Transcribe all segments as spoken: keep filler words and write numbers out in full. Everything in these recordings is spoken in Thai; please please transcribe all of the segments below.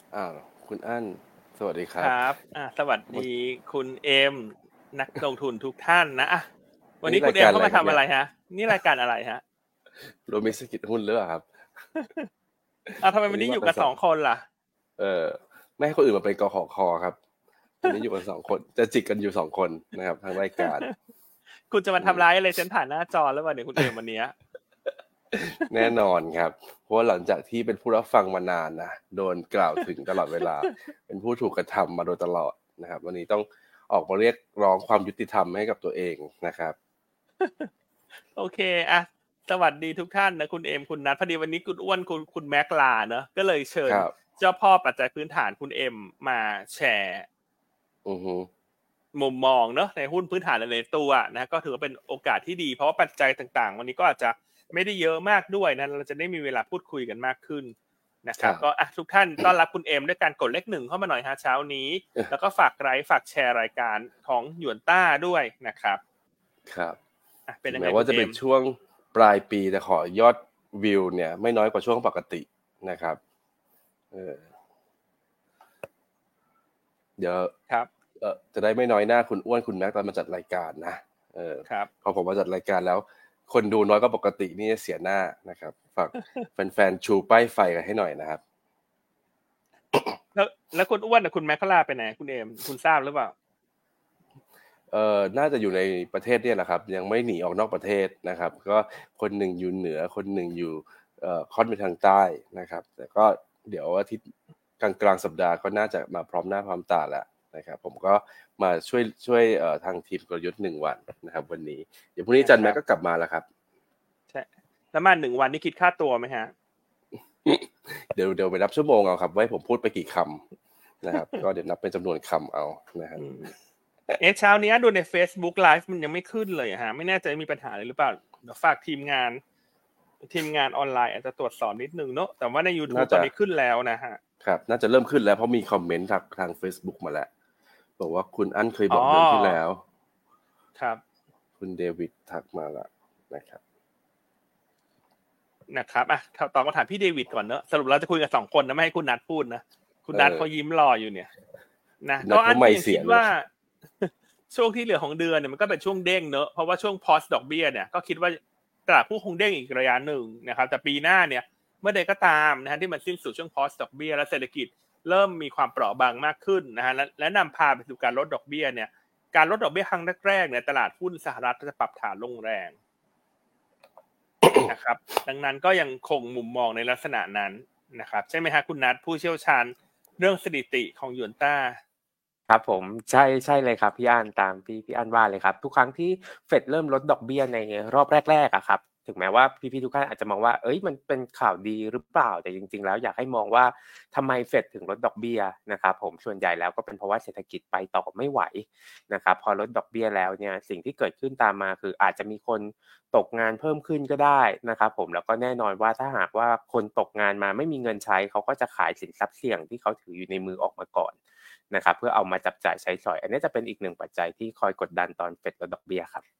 อ้าวคุณอั้นสวัสดีคครับรับอ่าสวัสวันดีคุณเอ็มนักลงทุนทุกท่านนะอ่ะวันนี้นี่รายการคุณเอ็มเข้ามาอะไรครับเนี่ยทำอะไรฮะนี่รายการอะไรฮะโรมิสกิจหุ้นหรือเปล่าครับอ่าทำไมวันวันนี้มากันสองนี้อยู่กับสองคนล่ะเอ่อไม่ให้คนอื่นมาเป็นกขคครับวันนี้อยู่กันสองคนจะจิกกันอยู่สองคนนะครับทางรายการคุณจะมาอืมทำร้ายอะไรฉันผ่านหน้าจอหรือเปล่าเนี่ยคุณเอ็มวันนี้แน่นอนครับเพราะว่าหลังจากที่เป็นผู้รับฟังมานานนะโดนกล่าวถึงตลอดเวลาเป็นผู้ถูกกระทำมาโดยตลอดนะครับวันนี้ต้องออกมาเรียกร้องความยุติธรรมให้กับตัวเองนะครับโอเคอ่ะสวัสดีทุกท่านนะคุณเอ็มคุณนัทพอดีวันนี้คุณอ้วนคุณคุณแม็กลาเนอะก็เลยเชิญครับเจ้าพ่อปัจจัยพื้นฐานคุณเอ็มมาแชร์อือฮึมุมมองเนอะในหุ้นพื้นฐานหลายๆตัวนะก็ถือว่าเป็นโอกาสที่ดีเพราะว่าปัจจัยต่างๆวันนี้ก็อาจจะไม่ได้เยอะมากด้วยนะเราจะได้มีเวลาพูดคุยกันมากขึ้นนะคครับรับก็อ่ะทุกท่านต้อนรับคุณเอ็มด้วยการกดเลขหนึ่งเข้ามาหน่อยฮะเช้านี้แล้วก็ฝากไลค์ฝากแชร์รายการของหยวนต้าด้วยนะครับครับอ่ะเป็นถึงยังไงแม้ว่าจะคุณเอ็มเป็นช่วงปลายปีแต่ขอยอดวิวเนี่ยไม่น้อยกว่าช่วงปกตินะครับเออเดี๋ยวครับเออจะได้ไม่น้อยหน้าคุณอ้วนคุณแม็กตอนมาจัดรายการนะเออครับพอผมมาจัดรายการแล้วคนดูน้อยกว่าปกตินี่เสียหน้านะครับฝากแฟนๆชูป้ายไฟกันให้หน่อยนะครับแล้วแล้วคุณอ้วนกับคุณแม็กลาไปไหนคุณเอ็มคุณทราบหรือเปล่าเออน่าจะอยู่ในประเทศเนี่ยแหละครับยังไม่หนีออกนอกประเทศนะครับก็คนหนึ่งอยู่เหนือคนหนึ่งอยู่เอ่อค่อนไปทางใต้นะครับแต่ก็เดี๋ยวอาทิตย์กลางกลางสัปดาห์ก็น่าจะมาพร้อมหน้าพร้อมตาแล้วนะครับผมก็มาช่วยช่วยเอ่อทางทีมกลยุทธ์หนึ่งวันนะครับวันนี้เดี๋ยวพรุ่งนี้จันแม็กนะครับก็กลับมาแล้วครับใช่แล้วมาหนึ่งวันนี่คิดค่าตัวไหมฮะเดี๋ยวเดี๋ยวไปนับชั่วโมงเอาครับว่าผมพูดไปกี่คำนะครับก็เดี๋ยวนับเป็นจำนวนคำเอานะครับอืม เอ๊ะเช้านี้ดูใน Facebook Live มันยังไม่ขึ้นเลยฮะไม่แน่ใจมีปัญหาอะไรหรือเปล่าเดี๋ยวฝากทีมงานทีมงานออนไลน์อาจจะตรวจสอบนิดนึงเนอะแต่ว่าในน่า YouTube ตอจะนนี้ขึ้นแล้วนะฮะครับน่าจะเริ่มขึ้นแล้วเพราะมีคอมเมนต์ทางทาง Facebook มาแล้ว บอกว่าคุณอั้นเคยบอ๋ออกเดือนที่แล้วครับคุณเดวิดทักมาแล้วนะครับนะครับอ่ะตอบคำถามพี่เดวิดก่อนเนอะสรุปเราจะคุยกันสองคนนะไม่ให้คุณนัทพูดนะคุณเออนัทเขายิ้มรออยู่เนี่ยนะคุณนัก็อันก็ทเขาไม่ยังคิดว่าเสียหรือเปล่าช่วงที่เหลือของเดือนเนี่ยมันก็เป็นช่วงเด้งเนอะเพราะว่าช่วงพอสดอกเบี้ยเนี่ยก็คิดว่าตลาดหุ้นคงเด้งอีกระยะหนึ่งนะครับแต่ปีหน้าเนี่ยเมื่อใดก็ตามนะฮะที่มันสิ้นสุดช่วงพอสดอกเบี้ยและเศรษฐกิจเริ่มมีความเปราะบางมากขึ้นนะฮะและและนำพาไปสู่การลดดอกเบี้ยเนี่ยการลดดอกเบี้ยครั้งแรกๆเนี่ยตลาดหุ้นสหรัฐก็จะปรับฐานลงแรงนะครับดังนั้นก็ยังคงมุมมองในลักษณะนั้นนะครับใช่ไหมฮะคุณนัทผู้เชี่ยวชาญเรื่องสถิติของยูนต้าครับผมใช่ใช่เลยครับพี่อั้นตามที่พี่อั้นว่าเลยครับทุกครั้งที่เฟดเริ่มลดดอกเบี้ยในรอบแรกๆอะครับถึงแม้ว่าพี่ๆทุกท่านอาจจะมองว่าเอ้ยมันเป็นข่าวดีหรือเปล่าแต่จริงๆแล้วอยากให้มองว่าทำไมเฟดถึงลดดอกเบี้ยนะครับผมส่วนใหญ่แล้วก็เป็นเพราะว่าเศรษฐกิจไปต่อไม่ไหวนะครับพอลดดอกเบี้ยแล้วเนี่ยสิ่งที่เกิดขึ้นตามมาคืออาจจะมีคนตกงานเพิ่มขึ้นก็ได้นะครับผมแล้วก็แน่นอนว่าถ้าหากว่าคนตกงานมาไม่มีเงินใช้เขาก็จะขายสินทรัพย์เสี่ยงที่เขาถืออยู่ในมือออกมาก่อน นะครับเพื่อเอามาจับจ่ายใช้สอยอันนี้จะเป็นอีกหนึ่งปัจจัยที่คอยกดดันตอนเฟดลดดอกเบี้ยครับ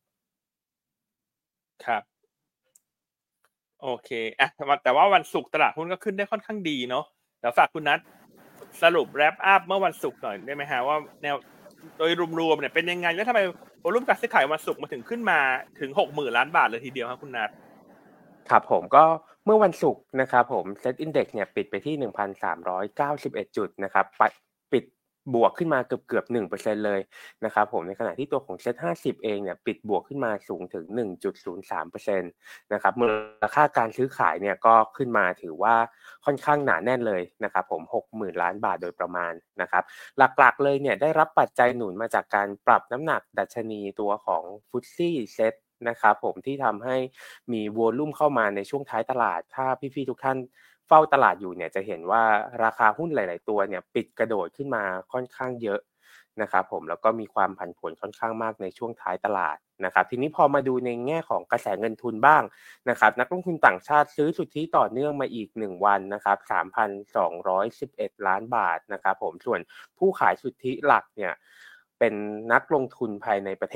ครับ โอเคอะแต่ว่าวันศุกร์ตลาดหุ้นก็ขึ้นได้ค่อนข้างดีเนาะเดี๋ยวฝากคุณนัทสรุปแรปอัพเมื่อวันศุกร์หน่อยได้ไหมฮะว่าแนวโดยรวมๆเนี่ยเป็นยังไงแล้วทำไมวอลุ่มการซื้อขายวันศุกร์มาถึงขึ้นมาถึงหกหมื่นล้านบาทเลยทีเดียวครับคุณนัทครับผมก็เมื่อวันศุกร์นะครับผม Set Index เนี่ยปิดไปที่หนึ่งพันสามร้อยเก้าสิบเอ็ดจุดนะครับปปิดบวกขึ้นมาเกือบๆหนึ่งเปอร์เซ็นต์เลยนะครับผมในขณะที่ตัวของ Set ห้าสิบเองเนี่ยปิดบวกขึ้นมาสูงถึง หนึ่งจุดศูนย์สามเปอร์เซ็นต์ นะครับมูลค่าการซื้อขายเนี่ยก็ขึ้นมาถือว่าค่อนข้างหนาแน่นเลยนะครับผมหกหมื่นล้านบาทโดยประมาณนะครับหลักๆเลยเนี่ยได้รับปัจจัยหนุนมาจากการปรับน้ำหนักดัชนีตัวของ เอฟ ที เอ เอ Set นะครับผมที่ทำให้มีวอลุ่มเข้ามาในช่วงท้ายตลาดถ้าพี่ๆทุกท่านเฝ้าตลาดอยู่เนี่ยจะเห็นว่าราคาหุ้นหลายๆตัวเนี่ยปิดกระโดดขึ้นมาค่อนข้างเยอะนะครับผมแล้วก็มีความผันผวนค่อนข้างมากในช่วงท้ายตลาดนะครับทีนี้พอมาดูในแง่ของกระแสเงินทุนบ้างนะครับนักลงทุนต่างชาติซื้อสุทธิต่อเนื่องมาอีกหนึ่งวันนะครับ สามพันสองร้อยสิบเอ็ด ล้านบาทนะครับผมส่วนผู้ขายสุทธิหลักเนี่ยเป็นนักลงทุนภายในประเทศ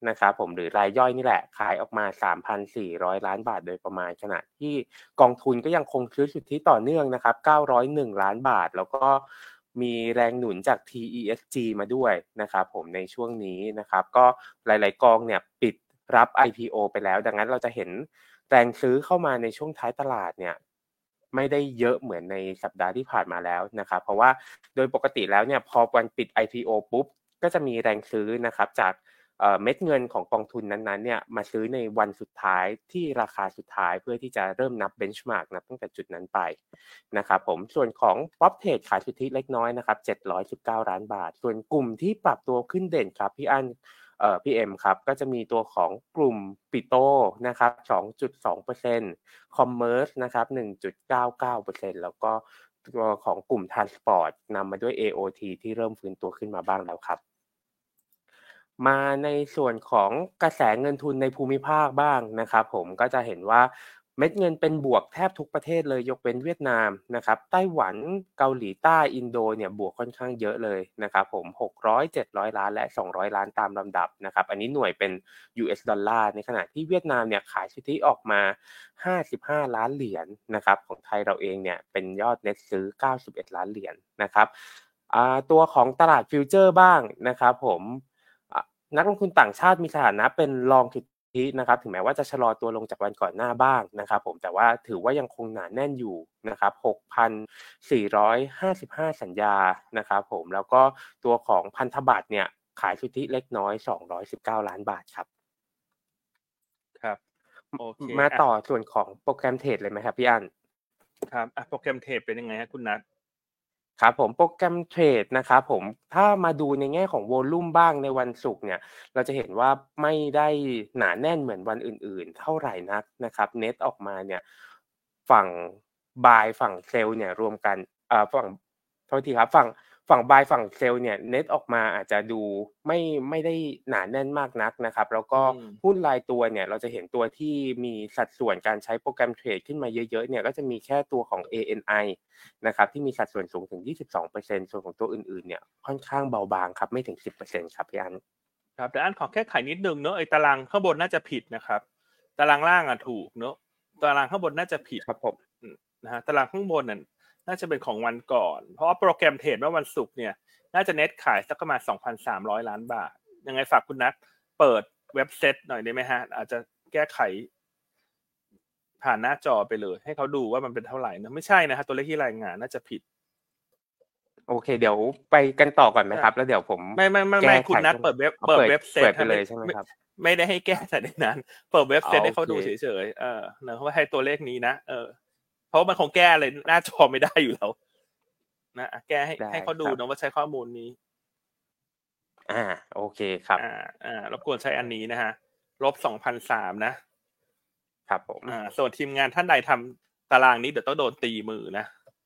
นะครับผมหรือรายย่อยนี่แหละขายออกมา สามพันสี่ร้อย ล้านบาทโดยประมาณขณะที่กองทุนก็ยังคงซื้อสุทธิต่อเนื่องนะครับเก้าร้อยเอ็ดล้านบาทแล้วก็มีแรงหนุนจาก ที อี เอส จี มาด้วยนะครับผมในช่วงนี้นะครับก็หลายๆกองเนี่ยปิดรับ ไอ พี โอ ไปแล้วดังนั้นเราจะเห็นแรงซื้อเข้ามาในช่วงท้ายตลาดเนี่ยไม่ได้เยอะเหมือนในสัปดาห์ที่ผ่านมาแล้วนะครับเพราะว่าโดยปกติแล้วเนี่ยพอวันปิด ไอ พี โอ ปุ๊บก็จะมีแรงซื้อนะครับจากเอ่อเม็ดเงินของกองทุนนั้นๆเนี่ยมาซื้อในวันสุดท้ายที่ราคาสุดท้ายเพื่อที่จะเริ่มนับ benchmark นับตั้งแต่จุดนั้นไปนะครับผมส่วนของ PropTrade ขายสุทธิเล็กน้อยนะครับเจ็ดร้อยสิบเก้าล้านบาทส่วนกลุ่มที่ปรับตัวขึ้นเด่นครับพี่อั้นเอ่อพี่เอ็มครับก็จะมีตัวของกลุ่มปิโตนะครับ สองจุดสองเปอร์เซ็นต์ Commerce นะครับ หนึ่งจุดเก้าเก้าเปอร์เซ็นต์ แล้วก็ตัวของกลุ่ม Transport นำมาด้วย เอ โอ ที ที่เริ่มฟื้นตัวขึ้นมาบ้างแล้วครับมาในส่วนของกระแสเงินทุนในภูมิภาคบ้างนะครับผมก็จะเห็นว่าเม็ดเงินเป็นบวกแทบทุกประเทศเลยยกเว้นเวียดนามนะครับไต้หวันเกาหลีใต้อินโดเนี่ยบวกค่อนข้างเยอะเลยนะครับผมหกร้อย เจ็ดร้อยล้านและสองร้อยล้านตามลำดับนะครับอันนี้หน่วยเป็น ยู เอส ดอลลาร์ในขณะที่เวียดนามเนี่ยขายสุทธิออกมาห้าสิบห้าล้านเหรียญนะครับของไทยเราเองเนี่ยเป็นยอดเน็ตซื้อเก้าสิบเอ็ดล้านเหรียญนะครับอ่าตัวของตลาดฟิวเจอร์บ้างนะครับผมนักลงทุนต่างชาติมีสถานะเป็นรองสุทธินะครับถึงแม้ว่าจะชะลอตัวลงจากวันก่อนหน้าบ้างนะครับผมแต่ว่าถือว่ายังคงหนาแน่นอยู่นะครับ หกพันสี่ร้อยห้าสิบห้า สัญญานะครับผมแล้วก็ตัวของพันธบัตรเนี่ยขายสุทธิเล็กน้อยสองร้อยสิบเก้าล้านบาทครับครับโอเคมาต่อส่วนของโปรแกรมเทรดเลยไหมครับพี่อั้นครับอ่ะโปรแกรมเทรดเป็นยังไงฮะคุณนัทครับผมโปรแกรมเทรดนะครับผมถ้ามาดูในแง่ของวอลลุ่มบ้างในวันศุกร์เนี่ยเราจะเห็นว่าไม่ได้หนาแน่นเหมือนวันอื่นๆเท่าไหร่นักนะครับเน็ตออกมาเนี่ยฝั่ง buy ฝั่งเซลล์เนี่ยรวมกันอ่าฝั่งโทษทีครับฝั่งฝั่ง buy ฝั่งเซลล์เนี่ยเน็ตออกมาอาจจะดูไม่ไม่ได้หนาแน่นมากนักนะครับแล้วก็หุ้นรายตัวเนี่ยเราจะเห็นตัวที่มีสัดส่วนการใช้โปรแกรมเทรดขึ้นมาเยอะๆเนี่ยก็จะมีแค่ตัวของ เอ เอ็น ไอ นะครับที่มีสัดส่วนสูงถึง ยี่สิบสองเปอร์เซ็นต์ ส่วนของตัวอื่นๆเนี่ยค่อนข้างเบาบางครับไม่ถึง สิบเปอร์เซ็นต์ ครับพี่อั้นครับแต่อันขอแก้ไขนิดนึงเนอะไอ้ตารางข้างบนน่าจะผิดนะครับตารางล่างอ่ะถูกเนอะตารางข้างบนน่าจะผิดครับผมนะฮะตารางข้างบนน่ะน่าจะเป็นของวันก่อนเพราะว่าโปรแกรมเทรดเมื่อวันศุกร์เนี่ยน่าจะเน็ตขายสักประมาณ สองพันสามร้อย ล้านบาทยังไงฝากคุณนัทเปิดเว็บเซตหน่อยได้ไหมฮะอาจจะแก้ไขผ่านหน้าจอไปเลยให้เขาดูว่ามันเป็นเท่าไหร่นะไม่ใช่นะฮะตัวเลขที่รายงานน่าจะผิดโอเคเดี๋ยวไปกันต่อก่อนไหมครับแล้วเดี๋ยวผมไม่ไม่ไม่ไม่คุณนัทเปิดเว็บเปิดเว็บเซตไปเลยใช่ไหมครับไม่ได้ให้แก้แต่ในนั้นเปิดเว็บเซตให้เขาดูเฉยๆเออเนอะว่าให้ตัวเลขนี้นะเออเพราะมันคงแก้เลยหน้าจอไม่ได้อยู่แล้วนะแก้ให้ให้เขาดูนะว่าใช้ข้อมูลนี้อ่าโอเคครับอ่าอ่ารบกวนใช้อันนี้นะฮะลบ สองพันสามร้อย นะครับผมอ่าส่วนทีมงานท่านใดทำตารางนี้เดี๋ยวต้องโดนตีมือนะ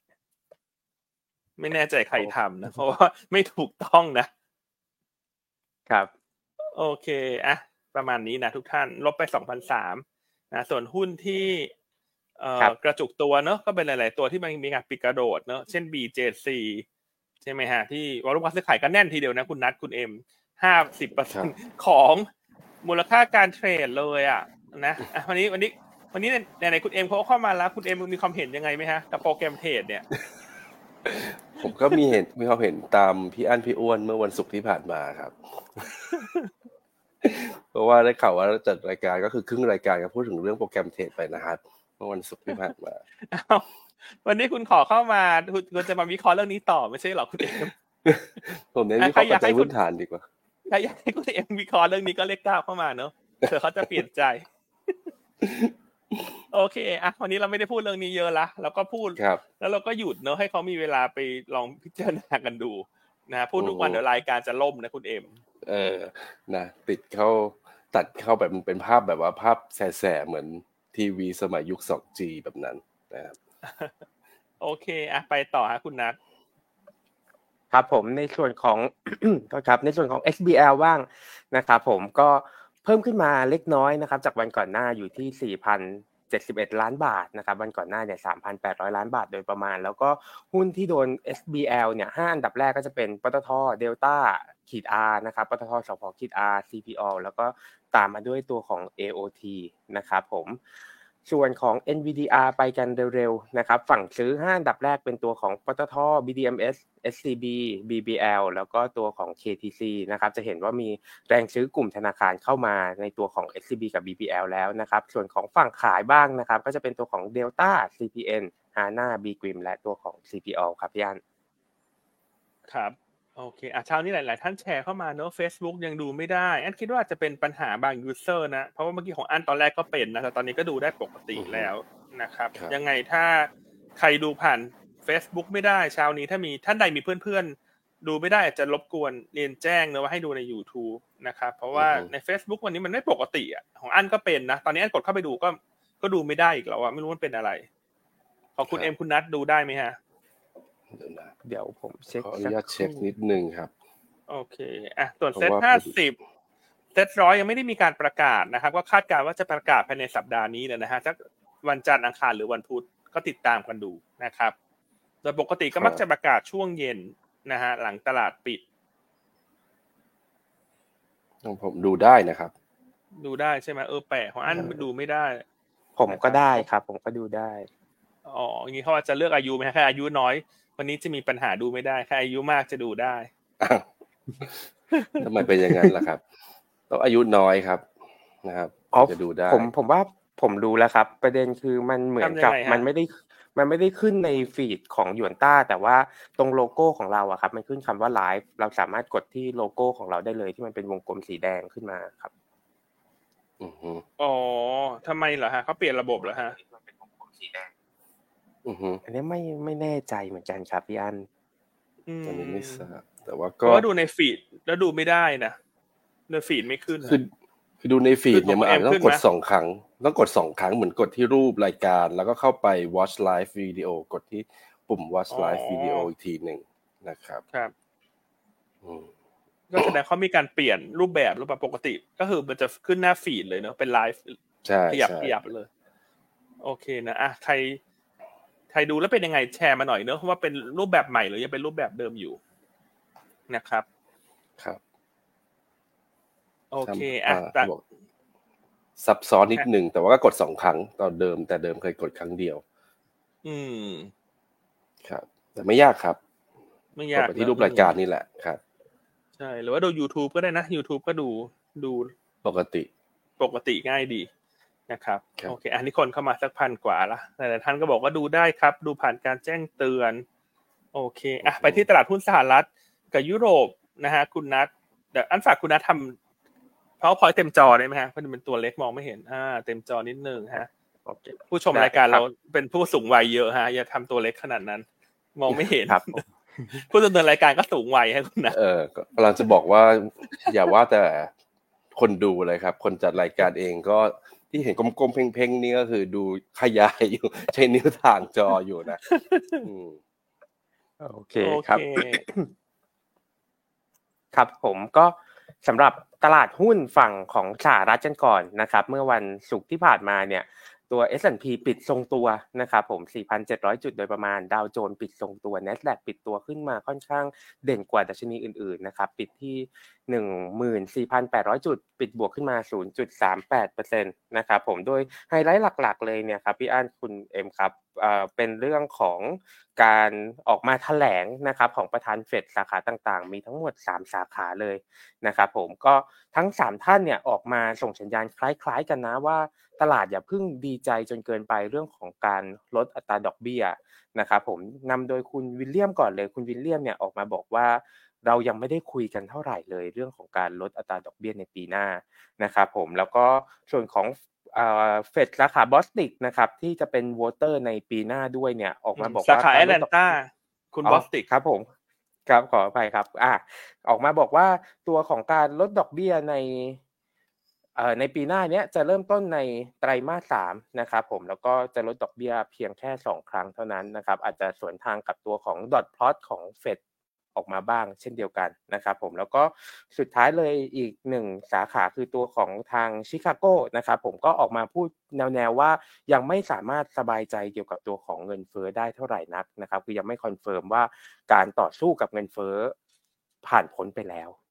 ไม่แน่ใจใครทำนะเพราะว่าไม่ถูกต้องนะครับโอเคอ่ะประมาณนี้นะทุกท่านลบไป สองพันสามร้อย นะส่วนหุ้นที่เอ่อกระจุกตัวเนอะก็เป็นหลายๆตัวที่มันมีการปิดกระโดดเนอะเช่น บี เจ ซี ใช่ไหมฮะที่วอลุ่มการซื้อขายก็แน่นทีเดียวนะคุณนัทคุณเอ็ม ห้าสิบเปอร์เซ็นต์ ของมูลค่าการเทรดเลยอ่ะนะอ่ะวันนี้วันนี้วันนี้ในในคุณเอ็มเขาเข้ามาแล้วคุณเอ็มมีความเห็นยังไงไหมฮะกับโปรแกรมเทรดเนี่ยผมก็มีเห็นมีความเห็นตามพี่อั้นพี่อ้วนเมื่อวันศุกร์ที่ผ่านมาครับ เพราะว่าได้ข่าวว่าจัดรายการก็คือครึ่งรายการก็พูดถึงเรื่องโปรแกรมเทรดไปนะครับเมื่อวันศุกร์ที่ผ่านมาวันนี้คุณขอเข้ามาคุณจะมาวิเคราะห์เรื่องนี้ต่อไม่ใช่หรอคุณเอ็มผมเน้นวิเคราะห์ปัจจัยพื้นฐานดีกว่าใครอยากให้คุณเอ็มวิเคราะห์เรื่องนี้ก็เลขเก้าเข้ามาเนอะเผื่อเขาจะเปลี่ยนใจโอเคอ่ะวันนี้เราไม่ได้พูดเรื่องนี้เยอะละเราก็พูดแล้วเราก็หยุดเนอะให้เขามีเวลาไปลองพิจารณากันดูนะพูดทุกวันเดี๋ยวรายการจะล่มนะคุณเอ็มเออนะติดเข้าตัดเข้าแบบเป็นภาพแบบว่าภาพแสบๆเหมือนทีวีสมัยยุค สองจี แบบนั้นนะครับโอเคอ่ะไปต่อฮะคุณนัทครับผมในส่วนของ ก็ครับในส่วนของ เอส บี แอล บ้างนะครับผมก็เพิ่มขึ้นมาเล็กน้อยนะครับจากวันก่อนหน้าอยู่ที่ สี่พันเจ็ดสิบเอ็ด ล้านบาทนะครับวันก่อนหน้าเนี่ย สามพันแปดร้อย ล้านบาทโดยประมาณแล้วก็หุ้นที่โดน เอส บี แอล เนี่ยห้าอันดับแรกก็จะเป็นปตท.เดลต้า R นะครับปตท. สผ. R ซี พี โอ แล้วก็ตามมาด้วยตัวของ เอ โอ ที นะครับผมส่วนของ เอ็น วี ดี อาร์ ไปกันเร็วๆนะครับฝั่งซื้อห้าอันดับแรกเป็นตัวของปตท. บี ดี เอ็ม เอส เอส ซี บี บี บี แอล แล้วก็ตัวของ เค ที ซี นะครับจะเห็นว่ามีแรงซื้อกลุ่มธนาคารเข้ามาในตัวของ เอส ซี บี กับ บี บี แอล แล้วนะครับส่วนของฝั่งขายบ้างนะครับก็จะเป็นตัวของ Delta ซี พี เอ็น Hana B-Grim และตัวของ ซี พี โอ ครับพี่อั้นครับโอเคอ่ะเช้านี้หลายๆท่านแชร์เข้ามาเนอะ Facebook ยังดูไม่ได้อันคิดว่าจะเป็นปัญหาบางยูเซอร์นะเพราะว่าเมื่อกี้ของอันตอนแรกก็เป็นนะแต่ตอนนี้ก็ดูได้ปกติแล้วนะครับยังไงถ้าใครดูผ่าน Facebook ไม่ได้เช้านี้ถ้ามีท่านใดมีเพื่อนๆดูไม่ได้อาจจะรบกวนเรียนแจ้งนะว่าให้ดูใน YouTube นะครับเพราะว่าใน Facebook วันนี้มันไม่ปกติอ่ะของอันก็เป็นนะตอนนี้อันกดเข้าไปดูก็ก็ดูไม่ได้อีกแล้วอ่ะไม่รู้มันเป็นอะไรขอบคุณเอ็มคุณนัทดูได้ไหมฮะเดี๋ยวผมเช็คขออนุญาตเช็คนิดนึงครับโอเคอ่ะส่วนเซตห้าสิบเซตร้อยยังไม่ได้มีการประกาศนะครับก็คาดการณ์ว่าจะประกาศภายในสัปดาห์นี้นะฮะสักวันจันทร์อังคารหรือวันพุธก็ติดตามกันดูนะครับโดยปกติก็มักจะประกาศช่วงเย็นนะฮะหลังตลาดปิดผมดูได้นะครับดูได้ใช่ไหมเออแปลกของอันดูไม่ได้ผมก็ได้ครับผมก็ดูได้อ๋ออย่างนี้เขาอาจจะเลือกอายุไหมแค่อายุน้อยวันนี้จะมีปัญหาดูไม่ได้แค่อายุมากจะดูได้ทำไมเป็นอย่างนั้นล่ะครับต้องอายุน้อยครับนะครับจะดูได้ผมผมว่าผมรู้แล้วครับประเด็นคือมันเหมือนกับมันไม่ได้มันไม่ได้ขึ้นในฟีดของหยวนต้าแต่ว่าตรงโลโก้ของเราอะครับมันขึ้นคำว่าไลฟ์เราสามารถกดที่โลโก้ของเราได้เลยที่มันเป็นวงกลมสีแดงขึ้นมาครับอือฮึอ๋อทำไมเหรอฮะเขาเปลี่ยนระบบเหรอฮะมันเป็นวงกลมสีแดงอือฮึอันนี้ไม่ไม่แน่ใจเหมือนกันครับพี่อันอันนี้ไม่ทราบแต่ว่าก็ดูในฟีดแล้วดูไม่ได้นะในฟีดไม่ขึ้นคือคือดูในฟีดเนี่ยมันอาจจะต้องกดสองครั้งต้องกดสองครั้งเหมือนกดที่รูปรายการแล้วก็เข้าไป watch live video กดที่ปุ่ม watch live video อีกทีนึงนะครับครับอืมก็แสดงเขามีการเปลี่ยนรูปแบบรูปแบบปกติก็คือมันจะขึ้นหน้าฟีดเลยเนาะเป็นไลฟ์ขยับขยับเลยโอเคนะอ่ะใครใครดูแล้วเป็นยังไงแชร์มาหน่อยเนอะว่าเป็นรูปแบบใหม่หรือยังเป็นรูปแบบเดิมอยู่นะครับครับโอเคอ่ะแต่ซับซ้อนนิดนึงแต่ว่าก็กดสองครั้งตอนเดิมแต่เดิมเคยกดครั้งเดียวอืมครับแต่ไม่ยากครับไม่ยากกดที่รูปรายการนี่แหละครับใช่หรือว่าดู YouTube ก็ได้นะ YouTube ก็ดูดูปกติปกติง่ายดีนะครับโอเคอันนี้คนเข้ามาสักพันกว่าละหลายๆท่านก็บอกว่าดูได้ครับดูผ่านการแจ้งเตือนโอเคอ่ะไปที่ตลาดหุ้นสหรัฐกับยุโรปนะฮะคุณนัทเดี๋ยวอันฝากคุณนัททำ PowerPoint เต็มจอได้ไหมฮะเพราะมันตัวเล็กมองไม่เห็นอ่าเต็มจอนิดนึงฮะผู้ชมรายการเราเป็นผู้สูงวัยเยอะฮะอย่าทำตัวเล็กขนาดนั้นมองไม่เห็นผู้ดำเนินรายการก็สูงวัยให้คุณนะเออกำลังจะบอกว่าอย่าว่าแต่คนดูเลยครับคนจัดรายการเองก็ที่เห็นกลมๆเพ่งๆนี่ก็คือดูขยายอยู่ใช้นิ้วถ่างจออยู่นะโอเคครับครับผมก็สำหรับตลาดหุ้นฝั่งของสหรัฐกันก่อนนะครับเมื่อวันศุกร์ที่ผ่านมาเนี่ยตัว เอส แอนด์ พี ปิดทรงตัวนะครับผม สี่พันเจ็ดร้อย จุดโดยประมาณดาวโจนส์ปิดทรงตัว Nasdaq ปิดตัวขึ้นมาค่อนข้างเด่นกว่าดัชนีอื่นๆนะครับปิดที่ หนึ่งหมื่นสี่พันแปดร้อย จุดปิดบวกขึ้นมา ศูนย์จุดสามแปดเปอร์เซ็นต์ นะครับผมโดยไฮไลท์หลักๆเลยเนี่ยครับพี่อั้นคุณเอ็มครับเอ่อเป็นเรื่องของการออกมาแถลงนะครับของประธานเฟดสาขาต่างๆมีทั้งหมดสามสาขาเลยนะครับผมก็ทั้งสามท่านเนี่ยออกมาส่งสัญญาณคล้ายๆกันนะว่าตลาดอย่าเพิ่งดีใจจนเกินไปเรื่องของการลดอัตราดอกเบี้ยนะครับผมนำโดยคุณวิลเลียมก่อนเลยคุณวิลเลียมเนี่ยออกมาบอกว่าเรายังไม่ได้คุยกันเท่าไหร่เลยเรื่องของการลดอัตราดอกเบี้ยในปีหน้านะครับผมแล้วก็ส่วนของเอ่อเฟดสาขาบอสติกนะครับที่จะเป็นโวเตอร์ในปีหน้าด้วยเนี่ยออกมาบอกว่าสาขาแอตแลนตาคุณบอสติกครับผมครับขออภัยครับอ่ะออกมาบอกว่าตัวของการลดดอกเบี้ยในเอ่อในปีหน้าเนี้ยจะเริ่มต้นในไตรมาสสามนะครับผมแล้วก็จะลดดอกเบี้ยเพียงแค่สองครั้งเท่านั้นนะครับอาจจะสวนทางกับตัวของดอทพลอตของเฟดออกมาบ้างเช่นเดียวกันนะครับผมแล้วก็สุดท้ายเลยอีกหนึ่งสาขาคือตัวของทางชิคาโกนะครับผมก็ออกมาพูดแนวๆว่ายังไม่สามารถสบายใจเกี่ยวกับตัวของเงินเฟ้อได้เท่าไหร่นักนะครับคือยังไม่คอนเฟิร์มว่าการต่อสู้กับเงินเฟ้อผ่านพ้นไปแล้ว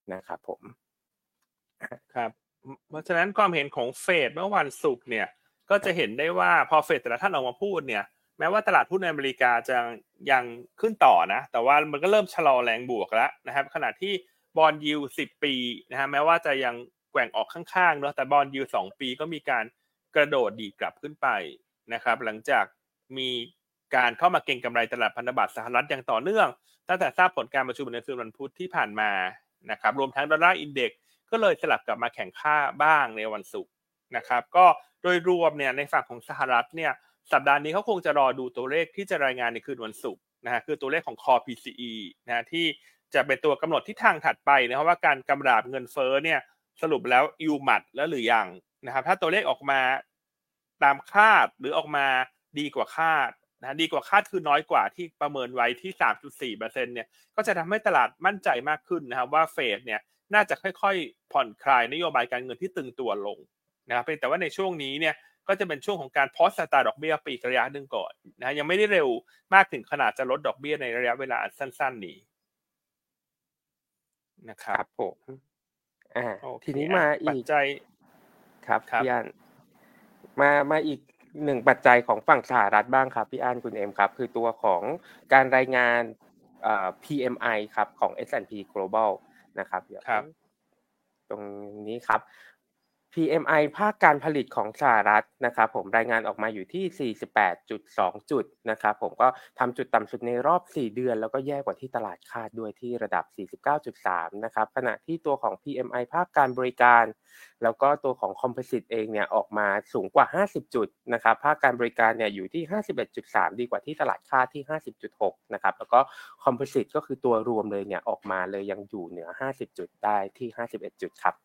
นะครับผมครับเพราะฉะนั้นความเห็นของเฟดเมื่อวันศุกร์เนี่ยก็จะเห็นได้ว่าพอเฟดแต่ละท่านออกมาพูดเนี่ยแม้ว่าตลาดหุ้นในอเมริกาจะยังขึ้นต่อนะแต่ว่ามันก็เริ่มชะลอแรงบวกแล้วนะครับขณะที่บอนด์ยิลด์สิบปีนะฮะแม้ว่าจะยังแกว่งออกข้างๆเนาะแต่บอนด์ยิลด์สองปีก็มีการกระโดดดีดกลับขึ้นไปนะครับหลังจากมีการเข้ามาเก็งกำไรตลาดพันธบัตรสหรัฐอย่างต่อเนื่องตั้งแต่ทราบผลการประชุมในคืนวันพุธที่ผ่านมานะครับรวมทั้งดอลลาร์อินเด็กซ์ก็เลยสลับกลับมาแข่งค่าบ้างในวันศุกร์นะครับก็โดยรวมเนี่ยในฝั่งของสหรัฐเนี่ยสัปดาห์นี้เขาคงจะรอดูตัวเลขที่จะรายงานในคืนวันศุกร์นะฮะคือตัวเลขของ Core พี ซี อี นะที่จะเป็นตัวกำหนดทิศทางถัดไปนะครับว่าการกำราบเงินเฟ้อเนี่ยสรุปแล้วยูมัดแล้วหรือยังนะครับถ้าตัวเลขออกมาตามคาดหรือออกมาดีกว่าคาดนะดีกว่าคาดคือน้อยกว่าที่ประเมินไว้ที่ สามจุดสี่เปอร์เซ็นต์ เนี่ยก็จะทำให้ตลาดมั่นใจมากขึ้นนะครับว่าเฟดเนี่ยน่าจะค่อยๆผ่อนคลายนโยบายการเงินที่ตึงตัวลงนะครับแต่ว่าในช่วงนี้เนี่ยก็จะเป็นช่วงของการพอสอัตราดอกเบี้ยปีกระยะหนึ่งก่อนนะยังไม่ได้เร็วมากถึงขนาดจะลดดอกเบี้ยในระยะเวลาสั้นๆนี้นะครับผมอ่าทีนี้มาอีกปัจจัยครับพี่อั้นมามาอีกหนึ่งปัจจัยของฝั่งสหรัฐบ้างครับพี่อั้นคุณเอ็มครับคือตัวของการรายงานเอ่อ พี เอ็ม ไอ ครับของ เอส แอนด์ พี Global นะครับเดี๋ยวตรงนี้ครับ พี เอ็ม ไอ ภาคการผลิตของสหรัฐนะครับผมรายงานออกมาอยู่ที่ สี่สิบแปดจุดสอง จุดนะครับผมก็ทำจุดต่ำสุดในรอบสี่เดือนแล้วก็แย่กว่าที่ตลาดคาดด้วยที่ระดับ สี่สิบเก้าจุดสาม นะครับขณะที่ตัวของ พี เอ็ม ไอ ภาคการบริการแล้วก็ตัวของ Composite เองเนี่ยออกมาสูงกว่าห้าสิบจุดนะครับภาคการบริการเนี่ยอยู่ที่ ห้าสิบเอ็ดจุดสาม ดีกว่าที่ตลาดคาดที่ ห้าสิบจุดหก นะครับแล้วก็ Composite ก็คือตัวรวมเลยเนี่ยออกมาเลยยังอยู่เหนือห้าสิบจุดได้ที่ห้าสิบเอ็ดจุดครับ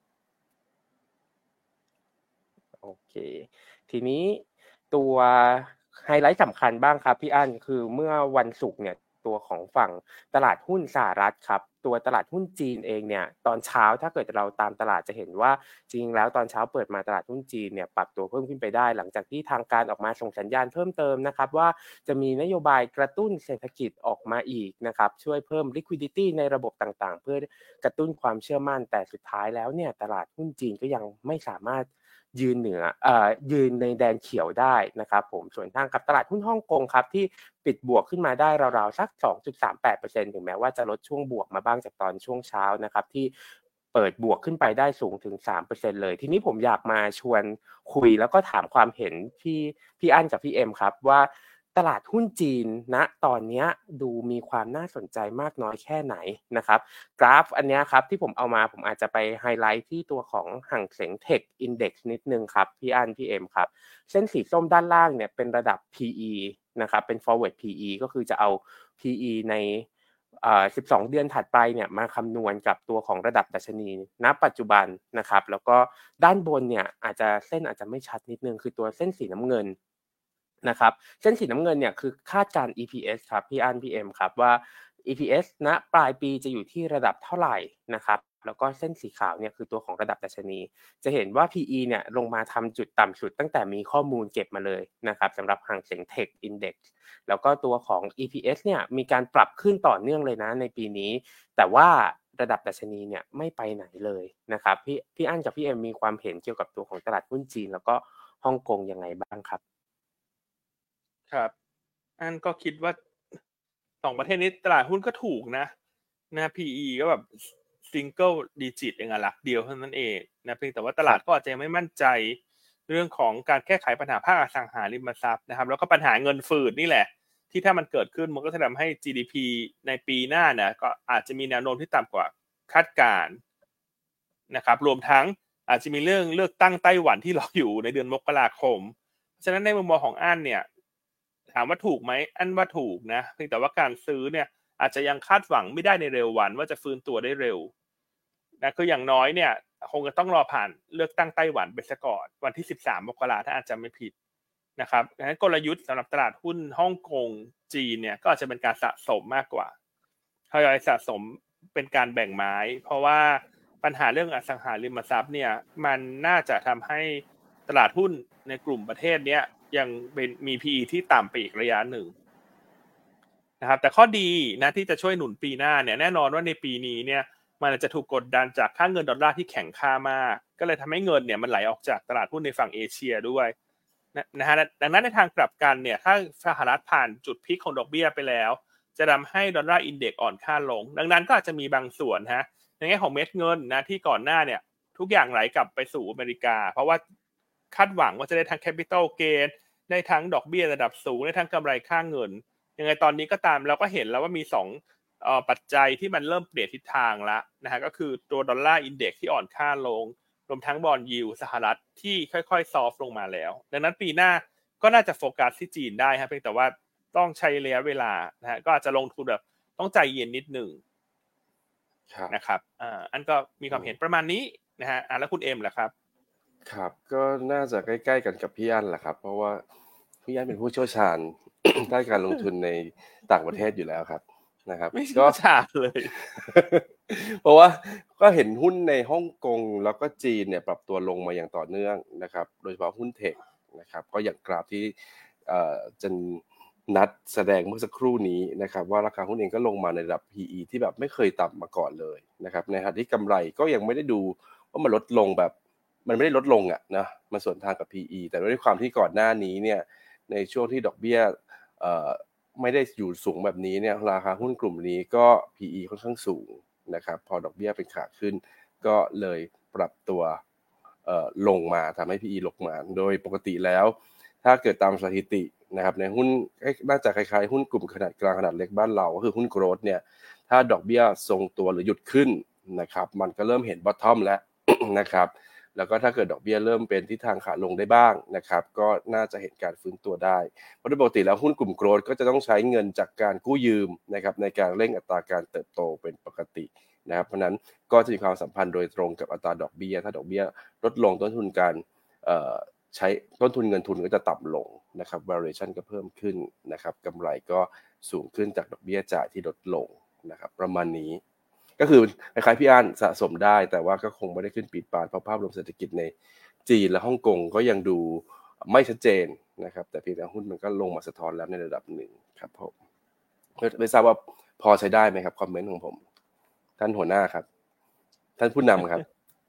โอเคทีนี้ตัวไฮไลท์สำคัญบ้างครับพี่อั้นคือเมื่อวันศุกร์เนี่ยตัวของฝั่งตลาดหุ้นสหรัฐครับตัวตลาดหุ้นจีนเองเนี่ยตอนเช้าถ้าเกิดเราตามตลาดจะเห็นว่าจริงแล้วตอนเช้าเปิดมาตลาดหุ้นจีนเนี่ยปรับตัวเพิ่มขึ้นไปได้หลังจากที่ทางการออกมาส่งสัญญาณเพิ่มเติมนะครับว่าจะมีนโยบายกระตุ้นเศรษฐกิจออกมาอีกนะครับช่วยเพิ่ม liquidity ในระบบต่างๆเพื่อกระตุ้นความเชื่อมั่นแต่สุดท้ายแล้วเนี่ยตลาดหุ้นจีนก็ยังไม่สามารถยืนเหนือเอ่อยืนในแดนเขียวได้นะครับผมส่วนทางกับตลาดหุ้นฮ่องกงครับที่ปิดบวกขึ้นมาได้ราวๆสัก สองจุดสามแปดเปอร์เซ็นต์ ถึงแม้ว่าจะลดช่วงบวกมาบ้างจากตอนช่วงเช้านะครับที่เปิดบวกขึ้นไปได้สูงถึง สามเปอร์เซ็นต์ เลยทีนี้ผมอยากมาชวนคุยแล้วก็ถามความเห็นพี่พี่อั้นกับพี่เอ็มครับว่าตลาดหุ้นจีนณตอนนี้ดูมีความน่าสนใจมากน้อยแค่ไหนนะครับกราฟอันนี้ครับที่ผมเอามาผมอาจจะไปไฮไลท์ที่ตัวของหั่งเส็ง Tech Index นิดนึงครับพี่อั้นพี่เอ็มครับเส้นสีส้มด้านล่างเนี่ยเป็นระดับ พี อี นะครับเป็น forward พี อี ก็คือจะเอา พี อี ในอ่าสิบสองเดือนถัดไปเนี่ยมาคำนวณกับตัวของระดับดัชนีณปัจจุบันนะครับแล้วก็ด้านบนเนี่ยอาจจะเส้นอาจจะไม่ชัดนิดนึงคือตัวเส้นสีน้ำเงินนะครับเส้นสีน้ำเงินเนี่ยคือคาดการณ์ อี พี เอส ครับพี่อั้นพี่เอ็มครับว่า อี พี เอส ณปลายปีจะอยู่ที่ระดับเท่าไหร่นะครับแล้วก็เส้นสีขาวเนี่ยคือตัวของระดับดัชนีจะเห็นว่า พี อี เนี่ยลงมาทำจุดต่ำสุดตั้งแต่มีข้อมูลเก็บมาเลยนะครับสำหรับหั่งเส็ง Tech Index แล้วก็ตัวของ อี พี เอส เนี่ยมีการปรับขึ้นต่อเนื่องเลยนะในปีนี้แต่ว่าระดับดัชนีเนี่ยไม่ไปไหนเลยนะครับพี่พี่อั้นกับพี่เอ็มมีความเห็นเกี่ยวกับตัวของตลาดหุ้นจีนแล้วก็ฮ่องกงยังไงบ้างครับครับอันก็คิดว่าสองประเทศนี้ตลาดหุ้นก็ถูกนะนะ พี อี ก็แบบ single digit เองอะหลักเดียวเท่านั้นเองนะเพียงแต่ว่าตลาดก็อาจจะไม่มั่นใจเรื่องของการแก้ไขปัญหาภาคอสังหาริมทรัพย์นะครับแล้วก็ปัญหาเงินฝืดนี่แหละที่ถ้ามันเกิดขึ้นมันก็จะทำให้ จี ดี พี ในปีหน้าเนี่ยก็อาจจะมีแนวโน้มที่ต่ำกว่าคาดการณ์นะครับรวมทั้งอาจจะมีเรื่องเลือกตั้งไต้หวันที่รออยู่ในเดือนมกราคมฉะนั้นในมุมมองของอั้นเนี่ยถามว่าถูกไหมอั้นว่าถูกนะเพียงแต่ว่าการซื้อเนี่ยอาจจะยังคาดหวังไม่ได้ในเร็ววันว่าจะฟื้นตัวได้เร็วนะคืออย่างน้อยเนี่ยคงจะต้องรอผ่านเลือกตั้งไต้หวันไปซะก่อนวันที่สิบสามมกราคมถ้าอาจจะไม่ผิดนะครับดังนั้นกลยุทธ์สำหรับตลาดหุ้นฮ่องกงจีนเนี่ยก็อาจจะเป็นการสะสมมากกว่าทยอยสะสมเป็นการแบ่งไม้เพราะว่าปัญหาเรื่องอสังหาริมทรัพย์เนี่ยมันน่าจะทำให้ตลาดหุ้นในกลุ่มประเทศเนี้ยยังเป็นมี พี อี ที่ต่ำไปอีกระยะหนึ่งนะครับแต่ข้อดีนะที่จะช่วยหนุนปีหน้าเนี่ยแน่นอนว่าในปีนี้เนี่ยมันจะถูกกดดันจากค่าเงินดอลลาร์ที่แข็งค่ามากก็เลยทำให้เงินเนี่ยมันไหลออกจากตลาดหุ้นในฝั่งเอเชียด้วยนะฮะดังนั้นในทางกลับกันเนี่ยถ้าสหรัฐผ่านจุดพีคของดอกเบี้ยไปแล้วจะทำให้ดอลลาร์อินเด็กซ์อ่อนค่าลงดังนั้นก็อาจจะมีบางส่วนฮะในแง่ของเม็ดเงินนะที่ก่อนหน้าเนี่ยทุกอย่างไหลกลับไปสู่อเมริกาเพราะว่าคาดหวังว่าจะได้ทั้ง capital gain ได้ทั้งดอกเบี้ยระดับสูงได้ทั้งกำไรค่าเงินยังไงตอนนี้ก็ตามเราก็เห็นแล้วว่ามีสองเอ่อปัจจัยที่มันเริ่มเปลี่ยนทิศทางแล้วนะฮะก็คือตัวดอลลาร์อินเด็กซ์ที่อ่อนค่าลงรวมทั้งบอนด์ยิลด์สหรัฐที่ค่อยๆซอฟต์ลงมาแล้วดังนั้นปีหน้าก็น่าจะโฟกัสที่จีนได้ครับเพียงแต่ว่าต้องใช้ระยะเวลานะฮะก็อาจจะลงทุนแบบต้องใจเย็นนิดนึงนะครับอ่าอันก็มีความเห็นประมาณนี้นะฮะอ่าแล้วคุณเอ็มล่ะครับครับก็น่าจะใกล้ๆกันกับพี่อั้นแหละครับเพราะว่าพี่อั้นเป็นผู้เชี่ยวชาญ ด้านการลงทุนในต่างประเทศอยู่แล้วครับนะครับไม่เชี่ยวชาญเลยเพราะว่าก็เห็นหุ้นในฮ่องกงแล้วก็จีนเนี่ยปรับตัวลงมาอย่างต่อเนื่องนะครับโดยเฉพาะหุ้นเทคนะครับก็อย่างกราฟที่เอ่อจะนัดแสดงเมื่อสักครู่นี้นะครับว่าราคาหุ้นเองก็ลงมาในระดับ พี อี ที่แบบไม่เคยต่ำมาก่อนเลยนะครับในขณะที่กำไรก็ยังไม่ได้ดูว่ามันลดลงแบบมันไม่ได้ลดลงอ่ะนะมันสวนทางกับ พี อี แต่ด้วยความที่ก่อนหน้านี้เนี่ยในช่วงที่ดอกเบี้ยเอ่อไม่ได้อยู่สูงแบบนี้เนี่ยราคาหุ้นกลุ่มนี้ก็ พี อี ค่อนข้างสูงนะครับพอดอกเบี้ยเป็นขาขึ้นก็เลยปรับตัวเอ่อลงมาทำให้ พี อี ลงมาโดยปกติแล้วถ้าเกิดตามสถิตินะครับในหุ้นน่าจะคล้ายๆหุ้นกลุ่มขนาดกลางขนาดเล็กบ้านเราก็คือหุ้นโกรทเนี่ยถ้าดอกเบี้ยทรงตัวหรือหยุดขึ้นนะครับมันก็เริ่มเห็นบอททอมแล้ว นะครับแล้วก็ถ้าเกิดดอกเบี้ยเริ่มเป็นทิศทางขาลงได้บ้างนะครับก็น่าจะเห็นการฟื้นตัวได้เพราะโดยปกติแล้วหุ้นกลุ่มโกรทก็จะต้องใช้เงินจากการกู้ยืมนะครับในการเร่งอัตราการเติบโตเป็นปกตินะครับเพราะนั้นก็จะมีความสัมพันธ์โดยตรงกับอัตราดอกเบี้ยถ้าดอกเบี้ยลดลงต้นทุนการเอ่อใช้ต้นทุนเงินทุนก็จะต่ำลงนะครับ valuation ก็เพิ่มขึ้นนะครับกำไรก็สูงขึ้นจากดอกเบี้ยจ่ายที่ลดลงนะครับประมาณนี้ก็คือคล้ายๆพี่อั้นสะสมได้แต่ว่าก็คงไม่ได้ขึ้นปีดปานเพราะภาพรวมเศรษฐกิจในจีนและฮ่องกงก็ยังดูไม่ชัดเจนนะครับแต่เพียงแต่หุ้นมันก็ลงมาสะท้อนแล้วในระดับหนึ่งครับผมไม่ทราบว่าพอใช้ได้ไหมครับคอมเมนต์ของผมท่านหัวหน้าครับท่านผู้นำครับ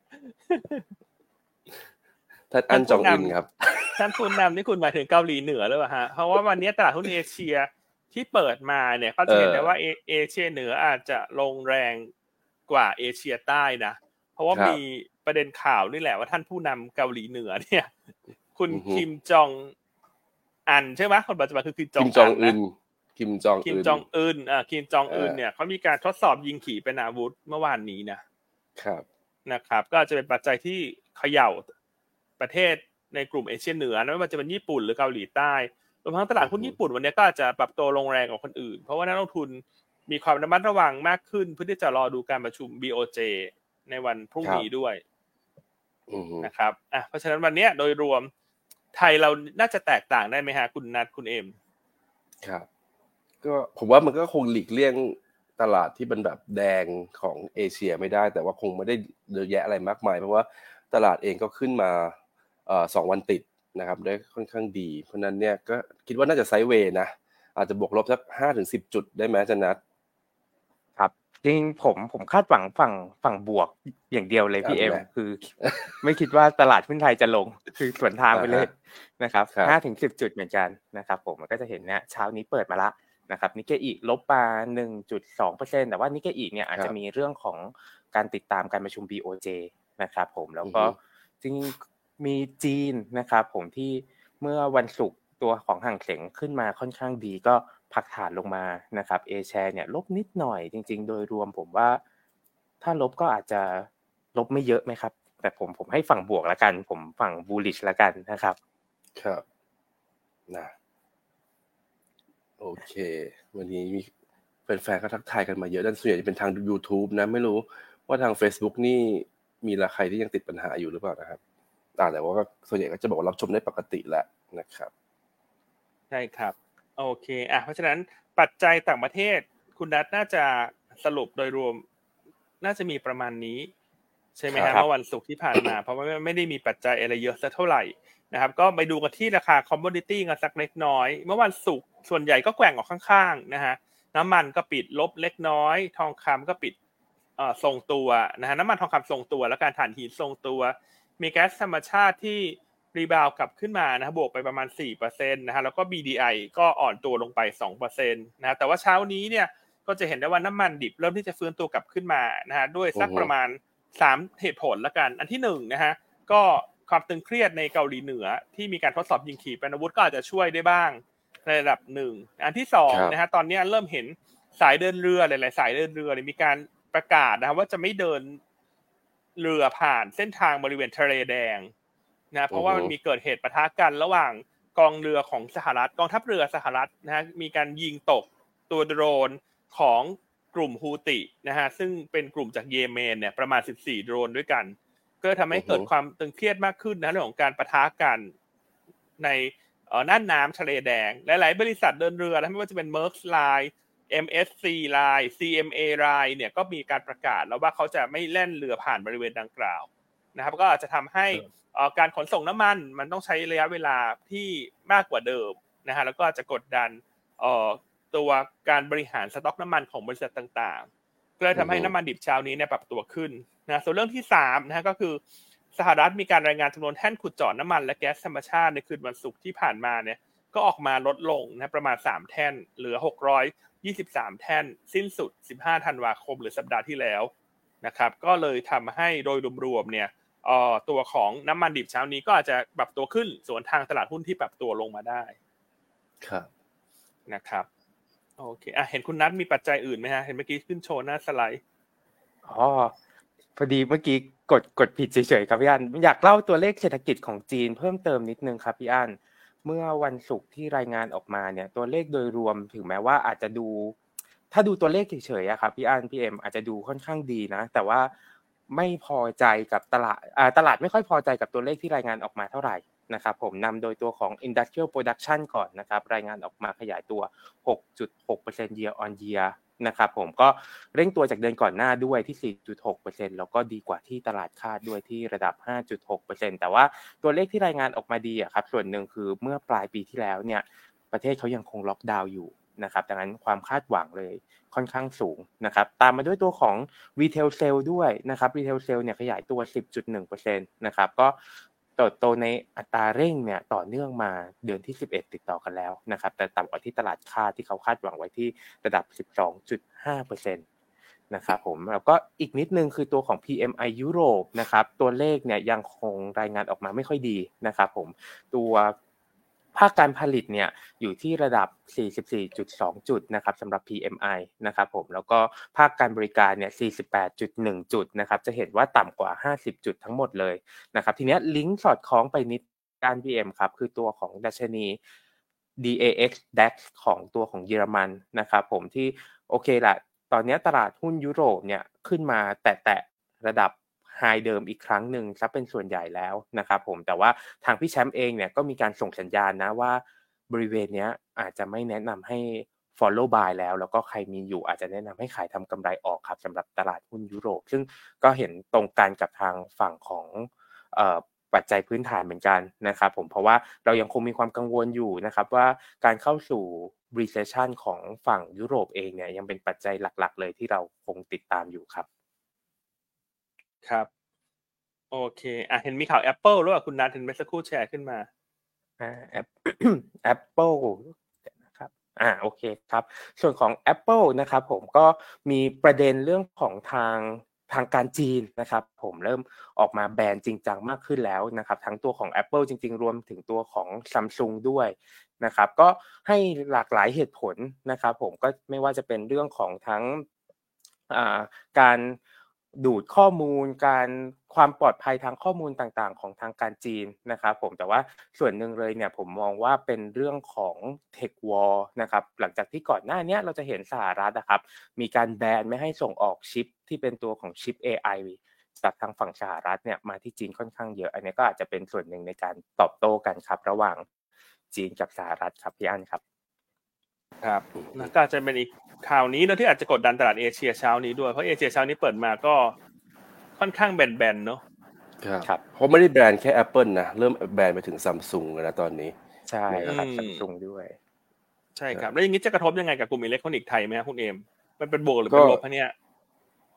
ท่านอันจองอินครับท่านผู้นำนี่คุณหมายถึงเกาหลีเหนือหรือเปล่าฮะเพราะว่าวันนี้ตลาดหุ้นเอเชียที่เปิดมาเนี่ยก็จะเห็นได้ว่าเอเชียเหนืออาจจะลงแรงกว่าเอเชียใต้นะเพราะว่ามีประเด็นข่าวนี่แหละว่าท่านผู้นำเกาหลีเหนือเนี่ยคุณคิมจองอันใช่ไหมคนปัจจุบันคือคิมจองอึนคิมจองคิมจองอึนอ่าคิมจองอึนเนี่ยเขามีการทดสอบยิงขีปนาวุธเมื่อวานนี้นะครับนะครับก็จะเป็นปัจจัยที่เขย่าประเทศในกลุ่มเอเชียเหนือไม่ว่าจะเป็นญี่ปุ่นหรือเกาหลีใต้รวมทั้งตลาดหุ้นญี่ปุ่นวันนี้ก็อาจจะปรับตัวลงแรงกว่าคนอื่นเพราะว่านักลงทุนมีความระมัดระวังมากขึ้นเพื่อที่จะรอดูการประชุม บี โอ เจ ในวันพรุ่งนี้ด้วยนะครับอ่ะเพราะฉะนั้นวันนี้โดยรวมไทยเราน่าจะแตกต่างได้ไหมฮะคุณนัทคุณเอ็มครับก็ผมว่ามันก็คงหลีกเลี่ยงตลาดที่เป็นแบบแดงของเอเชียไม่ได้แต่ว่าคงไม่ได้เยอะแยะอะไรมากมายเพราะว่าตลาดเองก็ขึ้นมาเอ่อสองวันติดนะครับได้ค่อนข้างดีเพราะนั้นเนี่ยก็คิดว่าน่าจะไซด์เวย์นะอาจจะบวกลบสัก ห้าถึงสิบ จุดได้ไหมจันนัทครับจริงผมผมคาดหวังฝั่งฝั่งบวกอย่างเดียวเลยพี่เอ็มคือไม่คิดว่าตลาดหุ้นไทยจะลงคือสวนทางไปเลยนะครับ ห้าถึงสิบ จุดเหมือนกันนะครับผมมันก็จะเห็นเนี่ยเช้านี้เปิดมาละนะครับนิกเกอิลบมา หนึ่งจุดสองเปอร์เซ็นต์ แต่ว่านิกเกอิเนี่ยอาจจะมีเรื่องของการติดตามการประชุม บี โอ เจ นะครับผมแล้วก็จริงมีจีนนะครับผมที่เมื่อวันศุกร์ตัวของห่างเส็งขึ้นมาค่อนข้างดีก็พักฐานลงมานะครับเอแชร์เนี่ยลบนิดหน่อยจริงๆโดยรวมผมว่าถ้าลบก็อาจจะลบไม่เยอะไหมครับแต่ผมผมให้ฝั่งบวกละกันผมฝั่ง bullish ละกันนะครับครับนะโอเควันนี้มีแฟนๆก็ทักทายกันมาเยอะด้านส่วนใหญ่จะเป็นทาง YouTube นะไม่รู้ว่าทาง Facebook นี่มีใครที่ยังติดปัญหาอยู่หรือเปล่านะครับแต่ว่าส่วนใหญ่ก็จะบอกว่ารับชมได้ปกติแล้วนะครับใช่ครับโอเคอ่ะเพราะฉะนั้นปัจจัยต่างประเทศคุณนัทน่าจะสรุปโดยรวมน่าจะมีประมาณนี้ใช่ไหมฮะเมื่อวันศุกร์ที่ผ่านมาเพราะว่าไม่ได้มีปัจจัยอะไรเยอะสักเท่าไหร่นะครับก็ไปดูกันที่ราคาคอมโมดิตี้กันสักเล็กน้อยเมื่อวันศุกร์ส่วนใหญ่ก็แกว่งออกข้างๆนะฮะน้ำมันก็ปิดลบเล็กน้อยทองคำก็ปิดเอ่อทรงตัวนะฮะน้ำมันทองคำทรงตัวและการถ่านหินทรงตัวมีแก๊สธรรมชาติที่รีบาวกลับขึ้นมานะบวกไปประมาณ สี่เปอร์เซ็นต์ นะฮะแล้วก็ บี ดี ไอ ก็อ่อนตัวลงไป สองเปอร์เซ็นต์ นะแต่ว่าเช้านี้เนี่ยก็จะเห็นได้ว่าน้ำมันดิบเริ่มที่จะฟื้นตัวกลับขึ้นมานะฮะด้วยสักประมาณสามเหตุผลละกันอันที่หนึ่งนะฮะก็ความตึงเครียดในเกาหลีเหนือที่มีการทดสอบยิงขีปนาวุธก็อาจจะช่วยได้บ้างในระดับหนึ่งอันที่สองนะฮะตอนนี้เริ่มเห็นสายเดินเรือหลายๆสายเดินเรือมีการประกาศนะว่าจะไม่เดินเรือผ่านเส้นทางบริเวณทะเลแดงนะเพราะว่ามันมีเกิดเหตุปะทะกันระหว่างกองเรือของสหรัฐกองทัพเรือสหรัฐนะฮะมีการยิงตกตัวโดรนของกลุ่มฮูตินะฮะซึ่งเป็นกลุ่มจากเยเมนเนี่ยประมาณสิบสี่โดรนด้วยกันก็ทำให้เกิดความตึงเครียดมากขึ้นนะเรื่องของการปะทะกันในเอ่อน่านน้ำทะเลแดงหลายๆบริษัทเดินเรือนะไม่ว่าจะเป็น Maersk Line เอ็ม เอส ซี Line ซี เอ็ม เอ Line เนี่ยก็มีการประกาศแล้วว่าเขาจะไม่แล่นเรือผ่านบริเวณดังกล่าวนะครับก็อาจจะทำให้การขนส่งน้ำมันมันต้องใช้ระยะเวลาที่มากกว่าเดิมนะฮะแล้วก็อาจจะกดดันตัวการบริหารสต็อกน้ำมันของบริษัทต่างๆก็เลยทำให้น้ำมันดิบเช้านี้เนี่ยปรับตัวขึ้นนะส่วนเรื่องที่สามนะฮะก็คือสหรัฐมีการรายงานจำนวนแท่นขุดเจาะน้ำมันและแก๊สธรรมชาติในคืนวันศุกร์ที่ผ่านมาเนี่ยก็ออกมาลดลงนะประมาณสามแท่นเหลือหกร้อยยี่สิบสามแท่นสิ้นสุดสิบห้าธันวาคมหรือสัปดาห์ที่แล้วนะครับก็เลยทำให้โดยรวมๆเนี่ยเอ่อตัวของน้ำมันดิบเช้านี้ก็อาจจะปรับตัวขึ้นส่วนทางตลาดหุ้นที่ปรับตัวลงมาได้ครับนะครับโอเคอ่ะเห็นคุณนัทมีปัจจัยอื่นไหมฮะเห็นเมื่อกี้ขึ้นโชว์หน้าสไลด์อ๋อพอดีเมื่อกี้กดกดผิดเฉยๆครับพี่อันอยากเล่าตัวเลขเศรษฐกิจของจีนเพิ่มเติมนิดนึงครับพี่อันเมื่อวันศุกร์ที่รายงานออกมาเนี่ยตัวเลขโดยรวมถึงแม้ว่าอาจจะดูถ้าดูตัวเลขเฉยๆอะครับพี่อันพี่เอ็มอาจจะดูค่อนข้างดีนะแต่ว่าไม่พอใจกับตลาดอ่าตลาดไม่ค่อยพอใจกับตัวเลขที่รายงานออกมาเท่าไหร่นะครับผมนำโดยตัวของ Industrial Production ก่อนนะครับรายงานออกมาขยายตัว หกจุดหกเปอร์เซ็นต์ year on year นะครับผมก็เร่งตัวจากเดือนก่อนหน้าด้วยที่ สี่จุดหกเปอร์เซ็นต์ แล้วก็ดีกว่าที่ตลาดคาดด้วยที่ระดับ ห้าจุดหกเปอร์เซ็นต์ แต่ว่าตัวเลขที่รายงานออกมาดีอ่ะครับส่วนหนึ่งคือเมื่อปลายปีที่แล้วเนี่ยประเทศเขายังคงล็อกดาวน์อยู่นะครับดังนั้นความคาดหวังเลยค่อนข้างสูงนะครับตามมาด้วยตัวของ Retail Sale ด้วยนะครับ Retail Sale เนี่ยขยายตัว สิบจุดหนึ่งเปอร์เซ็นต์ นะครับก็เติบโตในอัตราเร่งเนี่ยต่อเนื่องมาเดือนที่สิบเอ็ดติดต่อกันแล้วนะครับแต่ต่ำกว่าที่ตลาดคาดที่เขาคาดหวังไว้ที่ระดับ สิบสองจุดห้าเปอร์เซ็นต์ นะครับผมแล้วก็อีกนิดนึงคือตัวของ พี เอ็ม ไอ ยุโรปนะครับตัวเลขเนี่ยยังคงรายงานออกมาไม่ค่อยดีนะครับผมตัวภาคการผลิตเนี่ยอยู่ที่ระดับ สี่สิบสี่จุดสอง จุดนะครับสำหรับ พี เอ็ม ไอ นะครับผมแล้วก็ภาคการบริการเนี่ย สี่สิบแปดจุดหนึ่ง จุดนะครับจะเห็นว่าต่ำกว่าห้าสิบจุดทั้งหมดเลยนะครับทีนี้ลิงก์สอดคล้องไปนิดการ พี เอ็ม ครับคือตัวของดัชนี ดี เอ เอ็กซ์ ดัค ของตัวของเยอรมันนะครับผมที่โอเคละตอนนี้ตลาดหุ้นยุโรปเนี่ยขึ้นมาแตะๆระดับไฮเดิมอีกครั้งหนึ่งซะเป็นส่วนใหญ่แล้วนะครับผมแต่ว่าทางพี่แชมป์เองเนี่ยก็มีการส่งสัญญาณนะว่าบริเวณนี้อาจจะไม่แนะนำให้ follow buy แล้วแล้วก็ใครมีอยู่อาจจะแนะนำให้ขายทำกำไรออกครับสำหรับตลาดหุ้นยุโรปซึ่งก็เห็นตรงกันกับทางฝั่งของเอ่อปัจจัยพื้นฐานเหมือนกันนะครับผมเพราะว่าเรายังคงมีความกังวลอยู่นะครับว่าการเข้าสู่ recession ของฝั่งยุโรปเองเนี่ยยังเป็นปัจจัยหลักๆเลยที่เราคงติดตามอยู่ครับครับโอเคอ่ะเห็นมีข่าว Apple ด้วยคุณนัทเห็นเมื่อสักครู่แชร์ขึ้นมาอ่า Apple นะครับอ่าโอเคครับส่วนของ Apple นะครับผมก็มีประเด็นเรื่องของทางทางการจีนนะครับผมเริ่มออกมาแบนจริงจังมากขึ้นแล้วนะครับทั้งตัวของ Apple จริงๆรวมถึงตัวของ Samsung ด้วยนะครับก็ให้หลากหลายเหตุผลนะครับผมก็ไม่ว่าจะเป็นเรื่องของทั้งอ่าการดูดข้อมูลการความปลอดภัยทางข้อมูลต่างๆของทางการจีนนะครับผมแต่ว่าส่วนหนึ่งเลยเนี่ยผมมองว่าเป็นเรื่องของ Tech War นะครับหลังจากที่ก่อนหน้านี้เราจะเห็นสหรัฐนะครับมีการแบนไม่ให้ส่งออกชิปที่เป็นตัวของชิป เอ ไอ จากทางฝั่งสหรัฐเนี่ยมาที่จีนค่อนข้างเยอะอันนี้ก็อาจจะเป็นส่วนหนึ่งในการตอบโต้กันครับระหว่างจีนกับสหรัฐครับพี่อั้นครับครับแล้วก็จะเป็นอีกข่าวนี้นะที่อาจจะกดดันตลาดเอเชียเช้านี้ด้วยเพราะเอเชียเช้านี้เปิดมาก็ค่อนข้างแบนๆเนาะครับเพราะไม่ได้แบนแค่ Apple นะเริ่มแบนไปถึง Samsung แล้วนะตอนนี้ใช่ครับ Samsung ด้วยใช่ครับแล้วอย่างนี้จะกระทบยังไงกับกลุ่มอิเล็กทรอนิกส์ไทยมั้ยคุณเอมมันเป็นบวกหรือเป็นลบฮะเนี่ย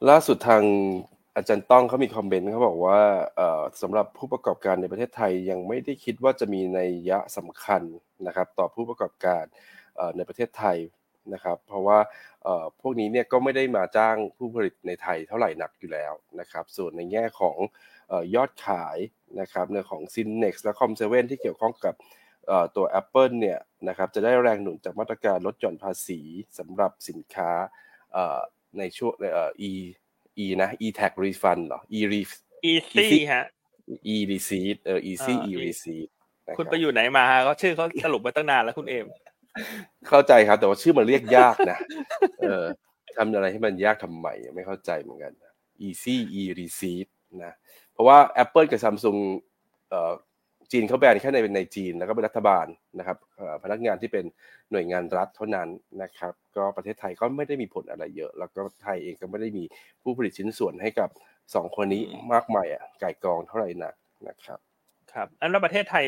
ล่าสุดทางอาจารย์ต้องเขามีคอมเมนต์เขาบอกว่าเอ่อสำหรับผู้ประกอบการในประเทศไทยยังไม่ได้คิดว่าจะมีนัยยะสำคัญนะครับต่อผู้ประกอบการเอ่อในประเทศไทยนะครับเพราะว่าเอ่อพวกนี้เนี่ยก็ไม่ได้มาจ้างผู้ผลิตในไทยเท่าไหร่นักอยู่แล้วนะครับส่วนในแง่ของเอ่อยอดขายนะครับในของ Synnex และ คอมเซเว่น ที่เกี่ยวข้องกับเอ่อตัว Apple เนี่ยนะครับจะได้แรงหนุนจากมาตรการลดหย่อนภาษีสำหรับสินค้าเอ่อในช่วงเอ่อ e e นะ e-tax refund เหรอ e re easy ฮะ e receipt เออ easy เอ่อ e e- receipt นะคุณคไปรับอยู่ไหนมาฮะเขาชื่อเขาสรุปมาตั้งนานแล้วคุณเอมเข้าใจครับแต่ว่าชื่อมันเรียกยากนะเออทำอะไรให้มันยากทำไมไม่เข้าใจเหมือนกันนะ easy e receipt นะเพราะว่า Apple กับ Samsung เอ่อจีนเขาแบนแค่ในในจีนแล้วก็เป็นรัฐบาลนะครับเอ่อพนักงานที่เป็นหน่วยงานรัฐเท่านั้นนะครับก็ประเทศไทยก็ไม่ได้มีผลอะไรเยอะแล้วก็ไทยเองก็ไม่ได้มีผู้ผลิตชิ้นส่วนให้กับสองคนนี้มากมายอ่ะไก่กองเท่าไหร่นักนะครับครับอันแล้วประเทศไทย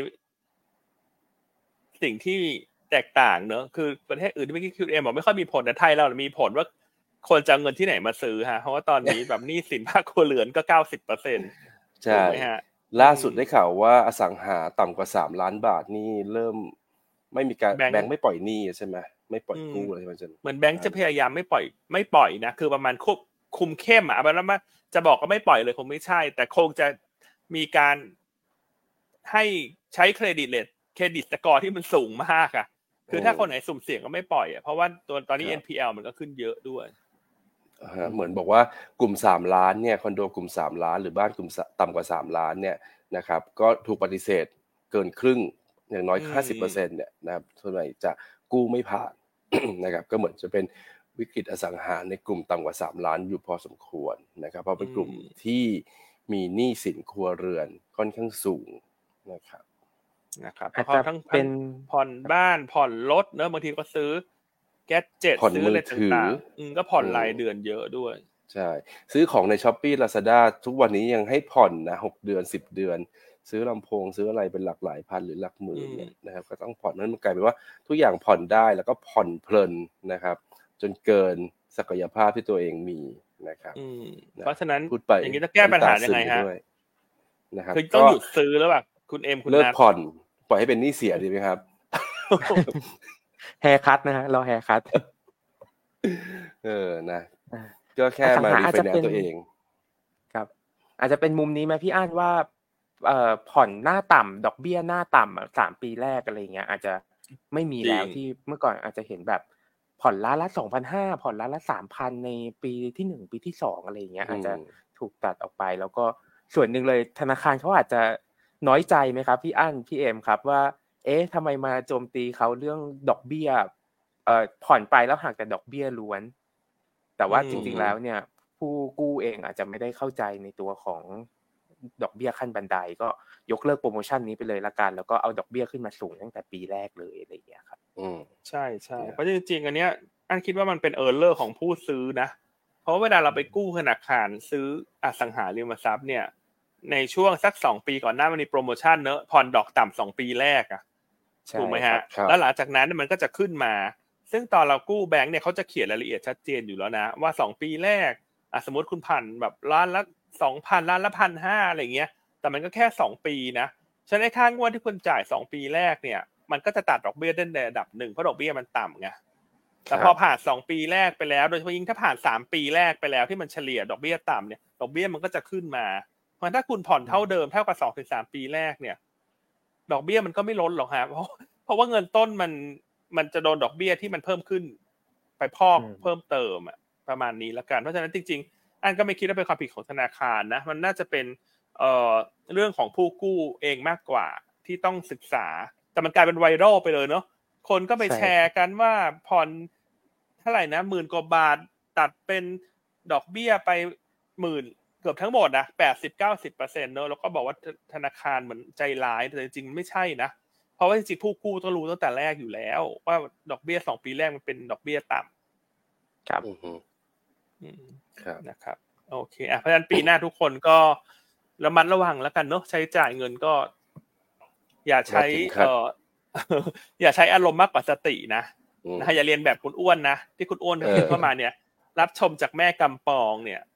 สิ่งที่แตกต่างเนอะคือประเทศอื่นที่เมื่อกี้คิวเอ็มบอกไม่ค่อยมีผลแต่ไทยเรามีผลว่าคนจะเอาเงินที่ไหนมาซื้อฮะเพราะว่าตอนนี้แบบหนี้สินภาคครัวเรือนก็ เก้าสิบเปอร์เซ็นต์ใช่ถูกไหมฮะล่าสุดได้ข่าวว่าอสังหาต่ำกว่าสามล้านบาทนี่เริ่มไม่มีการแบงค์แบงค์ไม่ปล่อยหนี้ใช่ไหมไม่ปล่อยกู้อะไรมันจะเหมือนแบงค์จะพยายามไม่ปล่อยไม่ปล่อยนะคือประมาณควบคุมเข้มอ่ะเอาเป็นว่าจะบอกก็ไม่ปล่อยเลยคงไม่ใช่ แต่คงจะมีการให้ใช้เครดิตเรทเครดิตสกอร์ที่มันสูงมากอ่ะคือถ้าคนไหนสุ่มเสี่ยงก็ไม่ปล่อยอ่ะเพราะว่าตัวตอนนี้ครับเอ็น พี แอล มันก็ขึ้นเยอะด้วยอ่าฮะเหมือนบอกว่ากลุ่มสามล้านเนี่ยคอนโดกลุ่มสามล้านหรือบ้านกลุ่มสต่ำกว่าสามล้านเนี่ยนะครับก็ถูกปฏิเสธเกินครึ่งอย่างน้อยอืมห้าสิบเปอร์เซ็นต์เนี่ยนะครับส่วนใหญ่จะกู้ไม่ผ่าน นะครับก็เหมือนจะเป็นวิกฤตอสังหาในกลุ่มต่ำกว่าสามล้านอยู่พอสมควรนะครับเพราะเป็นกลุ่มที่มีหนี้สินครัวเรือนค่อนข้างสูงนะครับนะครับอาจเพราะจะทั้งเป็นผ่อนบ้านผ่อนรถเนอะบางทีก็ซื้อแก๊สเจ็ตผ่อนซื้อมือะไรอถือต่างๆอืมก็ผ่อนอืมรายเดือนเยอะด้วยใช่ซื้อของใน Shopee Lazada ทุกวันนี้ยังให้ผ่อนนะหกเดือนสิบเดือนซื้อลำโพงซื้ออะไรเป็นหลักหลายพันหรือหลักหมื่นเนี่ยนะครับก็ต้องผ่อนนั้นมันกลายเป็นว่าทุกอย่างผ่อนได้แล้วก็ผ่อนเพลินนะครับจนเกินศักยภาพที่ตัวเองมีนะครับอืมนะเพราะฉะนั้นพูดไปอย่างนี้จะแก้ปัญหายังไงน้ำตาซึมฮะปด้วยนะครับคือต้องก็หยุดซื้อแล้วแบบคุณเอ็มคุณเลิกนัทผ่อนปล่อยให้เป็นหนี้เสียดีไหมครับแฮร์คัทนะฮะรอแฮร์คัทเออนะอ่าก็แค่อสังมาหารีอาจไฟจะแนนเป็นซ์ตัวเองครับอาจจะเป็นมุมนี้ไหมพี่อ้านว่าเอ่อผ่อนหน้าต่ำดอกเบี้ยหน้าต่ำอะสามปีแรกอะไรเงี้ยอาจจะไม่มีแล้วจริงที่เมื่อก่อนอาจจะเห็นแบบผ่อนล้านละ สองพันห้าร้อย ผ่อนล้านละ สามพัน ในปีที่หนึ่งปีที่สองอะไรเงี้ยอาจจะอืมถูกตัดออกไปแล้วก็ส่วนหนึ่งเลยธนาคารเขาอาจจะน้อยใจไหมครับพี่อั้นพี่เอมครับว่าเอ๊ะทำไมมาโจมตีเขาเรื่องดอกเบี้ยเอ่อผ่อนไปแล้วหักแต่ดอกเบี้ยล้วนแต่ว่าอืมจริงๆแล้วเนี่ยผู้กู้เองอาจจะไม่ได้เข้าใจในตัวของดอกเบี้ยขั้นบันไดก็ยกเลิกโปรโมชั่นนี้ไปเลยละกันแล้วก็เอาดอกเบี้ยขึ้นมาสูงตั้งแต่ปีแรกเลยอะไรอย่างเงี้ยครับอืมใช่ใช่เนี่ยเพราะจริงๆอันเนี้ยอันคิดว่ามันเป็นเออร์เลอร์ของผู้ซื้อนะเพราะว่าเวลาเราไปกู้ธนาคารซื้ออสังหาริมทรัพย์เนี่ยในช่วงสักสองปีก่อนหน้ามันมีโปรโมชั่นเนอะผ่อนดอกต่ำสองปีแรกอะใช่ถูกไหมครัฮะบครับแล้วหลังจากนั้นมันก็จะขึ้นมา ซึ่งตอนเรากู้แบงก์เนี่ยเขาจะเขียนรายละเอียดชัดเจนอยู่แล้วนะว่าสองปีแรกอ่ะสมมติคุณผ่านแบบล้านละสองพันล้านละพันห้าอะไรเงี้ยแต่มันก็แค่สองปีนะฉะนั้นไอ้ค่างวดที่คุณจ่ายสองปีแรกเนี่ยมันก็จะตัดดอกเบี้ยได้ในระดับหนึ่งเพราะดอกเบี้ยมันต่ำไงแต่พอผ่านสองปีแรกไปแล้วโดยเฉพาะยิ่งถ้าผ่านสามปีแรกไปแล้วที่มันเฉลี่ยดอกเบี้ยต่ำเนี่ยดอกเบี้ยมันก็จะขึ้นมาเพราะถ้าคุณผ่อนเท่าเดิมเท่ากับสองถึงสามปีแรกเนี่ยดอกเบี้ยมันก็ไม่ลดหรอกฮะเพราะเพราะว่าเงินต้นมันมันจะโดนดอกเบี้ยที่มันเพิ่มขึ้นไปพอกเพิ่มเติมอ่ะประมาณนี้ละกันเพราะฉะนั้นจริงๆอันก็ไม่คิดว่าเป็นความผิดของธนาคารนะมันน่าจะเป็นเอ่อเรื่องของผู้กู้เองมากกว่าที่ต้องศึกษาแต่มันกลายเป็นไวรัลไปเลยเนาะคนก็ไปแชร์กันว่าผ่อนเท่าไหร่นะหมื่นกว่าบาทตัดเป็นดอกเบี้ยไปหมื่นเกือบทั้งหมดนะแปดสิบเก้าสิบเปอร์เซ็นต์เนอะแล้วก็บอกว่าธนาคารเหมือนใจร้ายแต่จริงๆไม่ใช่นะเพราะว่าจริงๆผู้กู้ต้องรู้ตั้งแต่แรกอยู่แล้วว่าดอกเบี้ยสองปีแรกมันเป็นดอกเบี้ยต่ำครับอือฮึอืมครับนะครับโอเคอ่ะเพราะฉะนั้นปีหน้าทุกคนก็ระมัดระวังแล้วกันเนอะใช้จ่ายเงินก็ อย่าใช้เอ่อ อย่าใช้อารมณ์มากกว่าสตินะอืมนะอย่าเรียนแบบคุณอ้วนนะที่คุณอ้วนเออพิมพ์เข้ามาเนี่ย รับชมจากแม่กำปองเนี่ย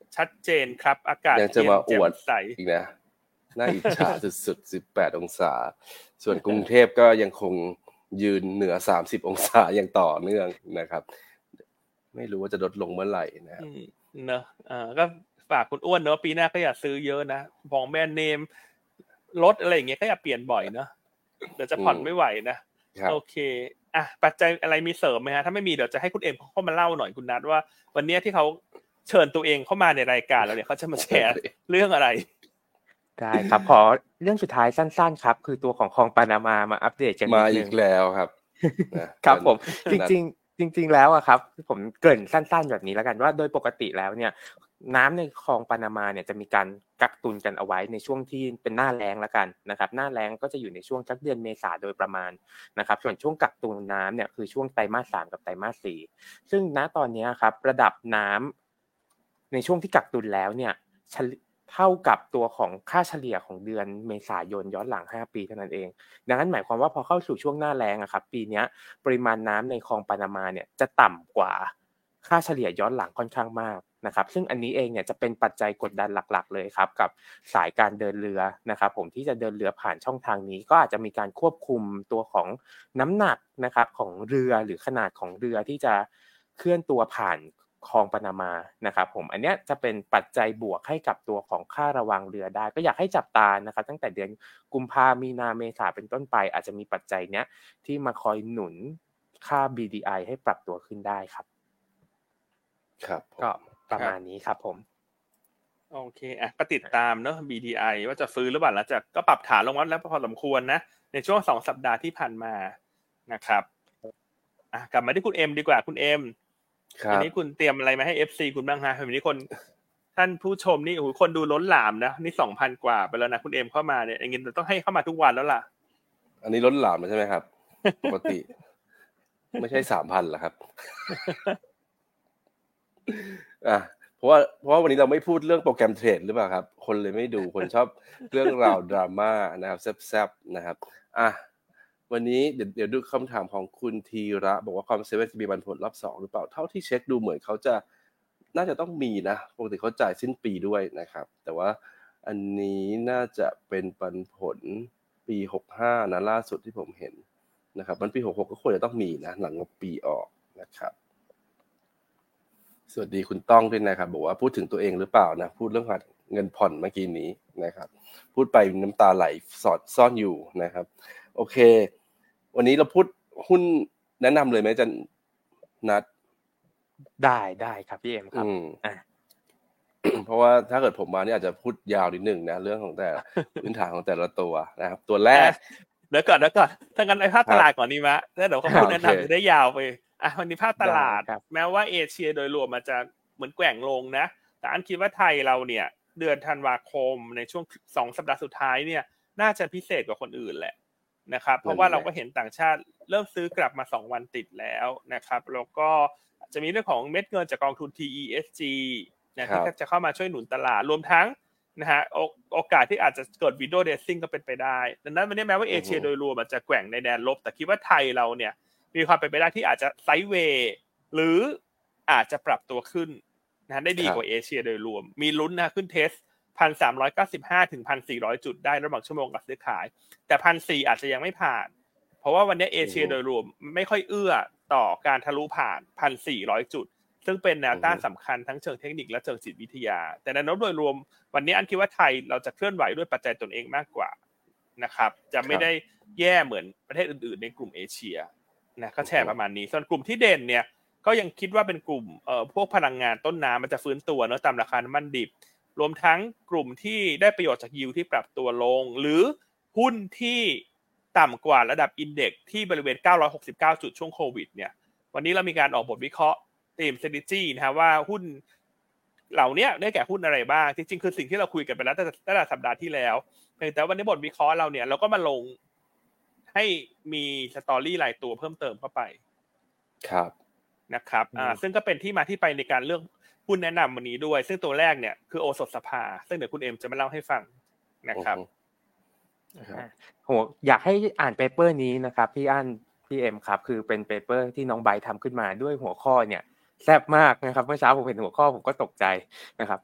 ชัดเจนครับอากาศยังจะเย็นมาอแจ่วมดใสอีกนะน่าอิจฉาสุดๆสิบแปดองศาส่วนกรุงเทพก็ยังคงยืนเหนือสามสิบองศาอย่างต่อเนื่องนะครับไม่รู้ว่าจะลดลงเมื่อไหร่นะครับอืมเนอะอ่าก็ฝากคุณอ้วนเนอะปีหน้าก็อย่าซื้อเยอะนะของแบรนด์เนมรถอะไรอย่างเงี้ยก็อย่าเปลี่ยนบ่อยเนอะเดี๋ยวจะผ่อนอืมไม่ไหวนะครับ โอเคอ่ะปัจจัยอะไรมีเสริมไหมฮะถ้าไม่มีเดี๋ยวจะให้คุณเอ็มเข้ามาเล่าหน่อยคุณนัทว่าวันเนี้ยที่เขาเชิญตัวเองเข้ามาในรายการแล้วเนี่ยเขาจะมาแชร์เรื่องอะไรได้ครับขอเรื่องสุดท้ายสั้นๆครับคือตัวของคลองปานามามาอัปเดตกันนิมาดอีนึกงแล้วครับนะครับผมจนัดริงๆจริง ๆ แล้วอะครับผมเกริ่นสั้นๆแบบนี้แล้วกันว่าโดยปกติแล้วเนี่ยน้ำในคลองปานามาเนี่ยจะมีการกักตุนกันเอาไว้ในช่วงที่เป็นหน้าแล้งแล้วกันนะครับหน้าแล้งก็จะอยู่ในช่วงสักเดือนเมษาโดยประมาณนะครับส่วนช่วงกักตุนน้ำเนี่ยคือช่วงไตรมาสสามกับไตรมาสสี่ซึ่งณตอนนี้ครับระดับน้ำในช่วงที่กักตุนแล้วเนี่ยเท่ากับตัวของค่าเฉลี่ยของเดือนเมษายนย้อนหลังห้าปีเท่านั้นเองดังนั้นหมายความว่าพอเข้าสู่ช่วงหน้าแล้งอะครับปีนี้ปริมาณน้ำในคลองปานามาเนี่ยจะต่ำกว่าค่าเฉลี่ยย้อนหลังค่อนข้างมากนะครับซึ่งอันนี้เองเนี่ยจะเป็นปัจจัยกดดันหลักๆเลยครับกับสายการเดินเรือนะครับผมที่จะเดินเรือผ่านช่องทางนี้ก็อาจจะมีการควบคุมตัวของน้ำหนักนะครับของเรือหรือขนาดของเรือที่จะเคลื่อนตัวผ่านคลองปานามานะครับผมอันเนี้ยจะเป็นปัจจัยบวกให้กับตัวของค่าระวังเรือได้ก็อยากให้จับตานะครับตั้งแต่เดือนกุมภามีนาเมษาเป็นต้นไปอาจจะมีปัจจัยเนี้ยที่มาคอยหนุนค่า บี ดี ไอ ให้ปรับตัวขึ้นได้ครับครับก็ประมาณนี้ครับผมโอเคอ่ะก็ติดตามเนอะ บี ดี ไอ ว่าจะฟื้นหรือเปล่าแล้วจะก็ปรับฐานลงมาแล้วพอสมควรนะในช่วงสองสัปดาห์ที่ผ่านมานะครับอ่ะกลับมาที่คุณเอ็มดีกว่าคุณเอ็มวันนี้คุณเตรียมอะไรมาให้ เอฟ ซี คุณบ้างฮะวันนี้คนท่านผู้ชมนี่โอ้โหคนดูล้นหลามนะนี่ สองพัน กว่าไปแล้วนะคุณเอ็มเข้ามาเนี่ยอย่างงี้ต้องให้เข้ามาทุกวันแล้วล่ะอันนี้ล้นหลามใช่ไหมครับ ปกติไม่ใช่ สามพัน หรอครับ อ่ะเพราะว่าเพราะว่าวันนี้เราไม่พูดเรื่องโปรแกรมเทรดหรือเปล่าครับคนเลยไม่ดูคนชอบเรื่องราวดราม่านะครับแซ่บๆนะครับอ่ะวันนี้เดี๋ยวเดี๋ยวดูคำถามของคุณธีระบอกว่าความเซเว่นจะมีปันผลรอบสองหรือเปล่าเท่าที่เช็คดูเหมือนเขาจะน่าจะต้องมีนะปกติเขาจ่ายสิ้นปีด้วยนะครับแต่ว่าอันนี้น่าจะเป็นปันผลปีหกสิบห้านะล่าสุดที่ผมเห็นนะครับมันปีหกสิบหกก็ควรจะต้องมีนะหลังงบปีออกนะครับสวัสดีคุณต้องด้วยนะครับบอกว่าพูดถึงตัวเองหรือเปล่านะพูดเรื่องเงินผ่อนเมื่อกี้นี้นะครับพูดไปน้ำตาไหลสอดซ่อนอยู่นะครับโอเควันนี้เราพูดหุ้นแนะนำเลยไหมจันนัดได้ได้ครับพี่เอ็มครับอ่ะเพราะว่าถ้าเกิดผมมาเนี่ยอาจจะพูดยาวนิดนึงนะเรื่องของแต่พื้นฐานของแต่ละตัวนะครับตัวแรกเดี๋ยวก่อนเดี๋ยวก่อนถ้างั้นไอ้ภาพตลาดก่อนนี้มะแล้วเดี๋ยวเขาพูดแนะนำจะได้ยาวไปอ่ะวันนี้ภาพตลาดแม้ว่าเอเชียโดยรวมมันจะเหมือนแกว่งลงนะแต่อันคิดว่าไทยเราเนี่ยเดือนธันวาคมในช่วงสองสัปดาห์สุดท้ายเนี่ยน่าจะพิเศษกว่าคนอื่นแหละนะครับเพราะว่าเราก็เห็นต่างชาติเริ่มซื้อกลับมาสองวันติดแล้วนะครับแล้วก็จะมีเรื่องของเม็ดเงินจากกองทุน ที อี เอส จี นะที่จะเข้ามาช่วยหนุนตลาดรวมทั้งนะฮะโอกาสที่อาจจะเกิดวินโดว์เดรสซิ่งก็เป็นไปได้ดังนั้นวันนี้แม้ว่าเอเชียโดยรวมมันจะแกว่งในแดนลบแต่คิดว่าไทยเราเนี่ยมีความเป็นไปได้ที่อาจจะไซด์เวย์หรืออาจจะปรับตัวขึ้นนะได้ดีกว่าเอเชียโดยรวมมีลุ้นนะขึ้นเทส หนึ่งพันสามร้อยเก้าสิบห้า ถึง หนึ่งพันสี่ร้อย จุดได้ระหว่างชั่วโมงการซื้อขายแต่ หนึ่งพันสี่ร้อย อาจจะยังไม่ผ่านเพราะว่าวันนี้เอเชียโดยรวมไม่ค่อยเอื้อต่อการทะลุผ่าน หนึ่งพันสี่ร้อย จุดซึ่งเป็นแนวต้านสำคัญทั้งเชิงเทคนิคและเชิงจิตวิทยาแต่ในโน้ตโดยรวมวันนี้อันคิดว่าไทยเราจะเคลื่อนไหวด้วยปัจจัยตนเองมากกว่านะครับจะไม่ได้แย่เหมือนประเทศอื่นๆในกลุ่มเอเชียนะก็แชร์ประมาณนี้ส่วนกลุ่มที่เด่นเนี่ยก็ยังคิดว่าเป็นกลุ่มเอ่อพวกพลังงานต้นน้ำมันจะฟื้นตัวเนอะตามราคาน้ำมันดิบรวมทั้งกลุ่มที่ได้ประโยชน์จากยิวที่ปรับตัวลงหรือหุ้นที่ต่ำกว่าระดับอินเด็กซ์ที่บริเวณเก้าร้อยหกสิบเก้าจุดช่วงโควิดเนี่ยวันนี้เรามีการออกบทวิเคราะห์ทีม strategy นะฮะว่าหุ้นเหล่านี้ได้แก่หุ้นอะไรบ้างจริงๆคือสิ่งที่เราคุยกันไปแล้วตั้งแต่สัปดาห์ที่แล้วแต่วันนี้บทวิเคราะห์เราเนี่ยเราก็มาลงให้มีสตอรี่รายตัวเพิ่มเติมเข้าไปครับนะครับอ่าซึ่งก็เป็นที่มาที่ไปในการเลือกหุ้นแนะนำวันนี้ด้วยซึ่งตัวแรกเนี่ยคือโอสถสภาซึ่งเดี๋ยวคุณเอ็มจะมาเล่าให้ฟังนะครับโหอยากให้อ่านเปเปอร์นี้นะครับพี่อั้นพี่เอ็มครับคือเป็นเปเปอร์ที่น้องไบร์ททำขึ้นมาด้วยหัวข้อเนี่ยแซ่บมากนะครับเมื่อเช้าผมเห็นหัวข้อผมก็ตกใจนะครับ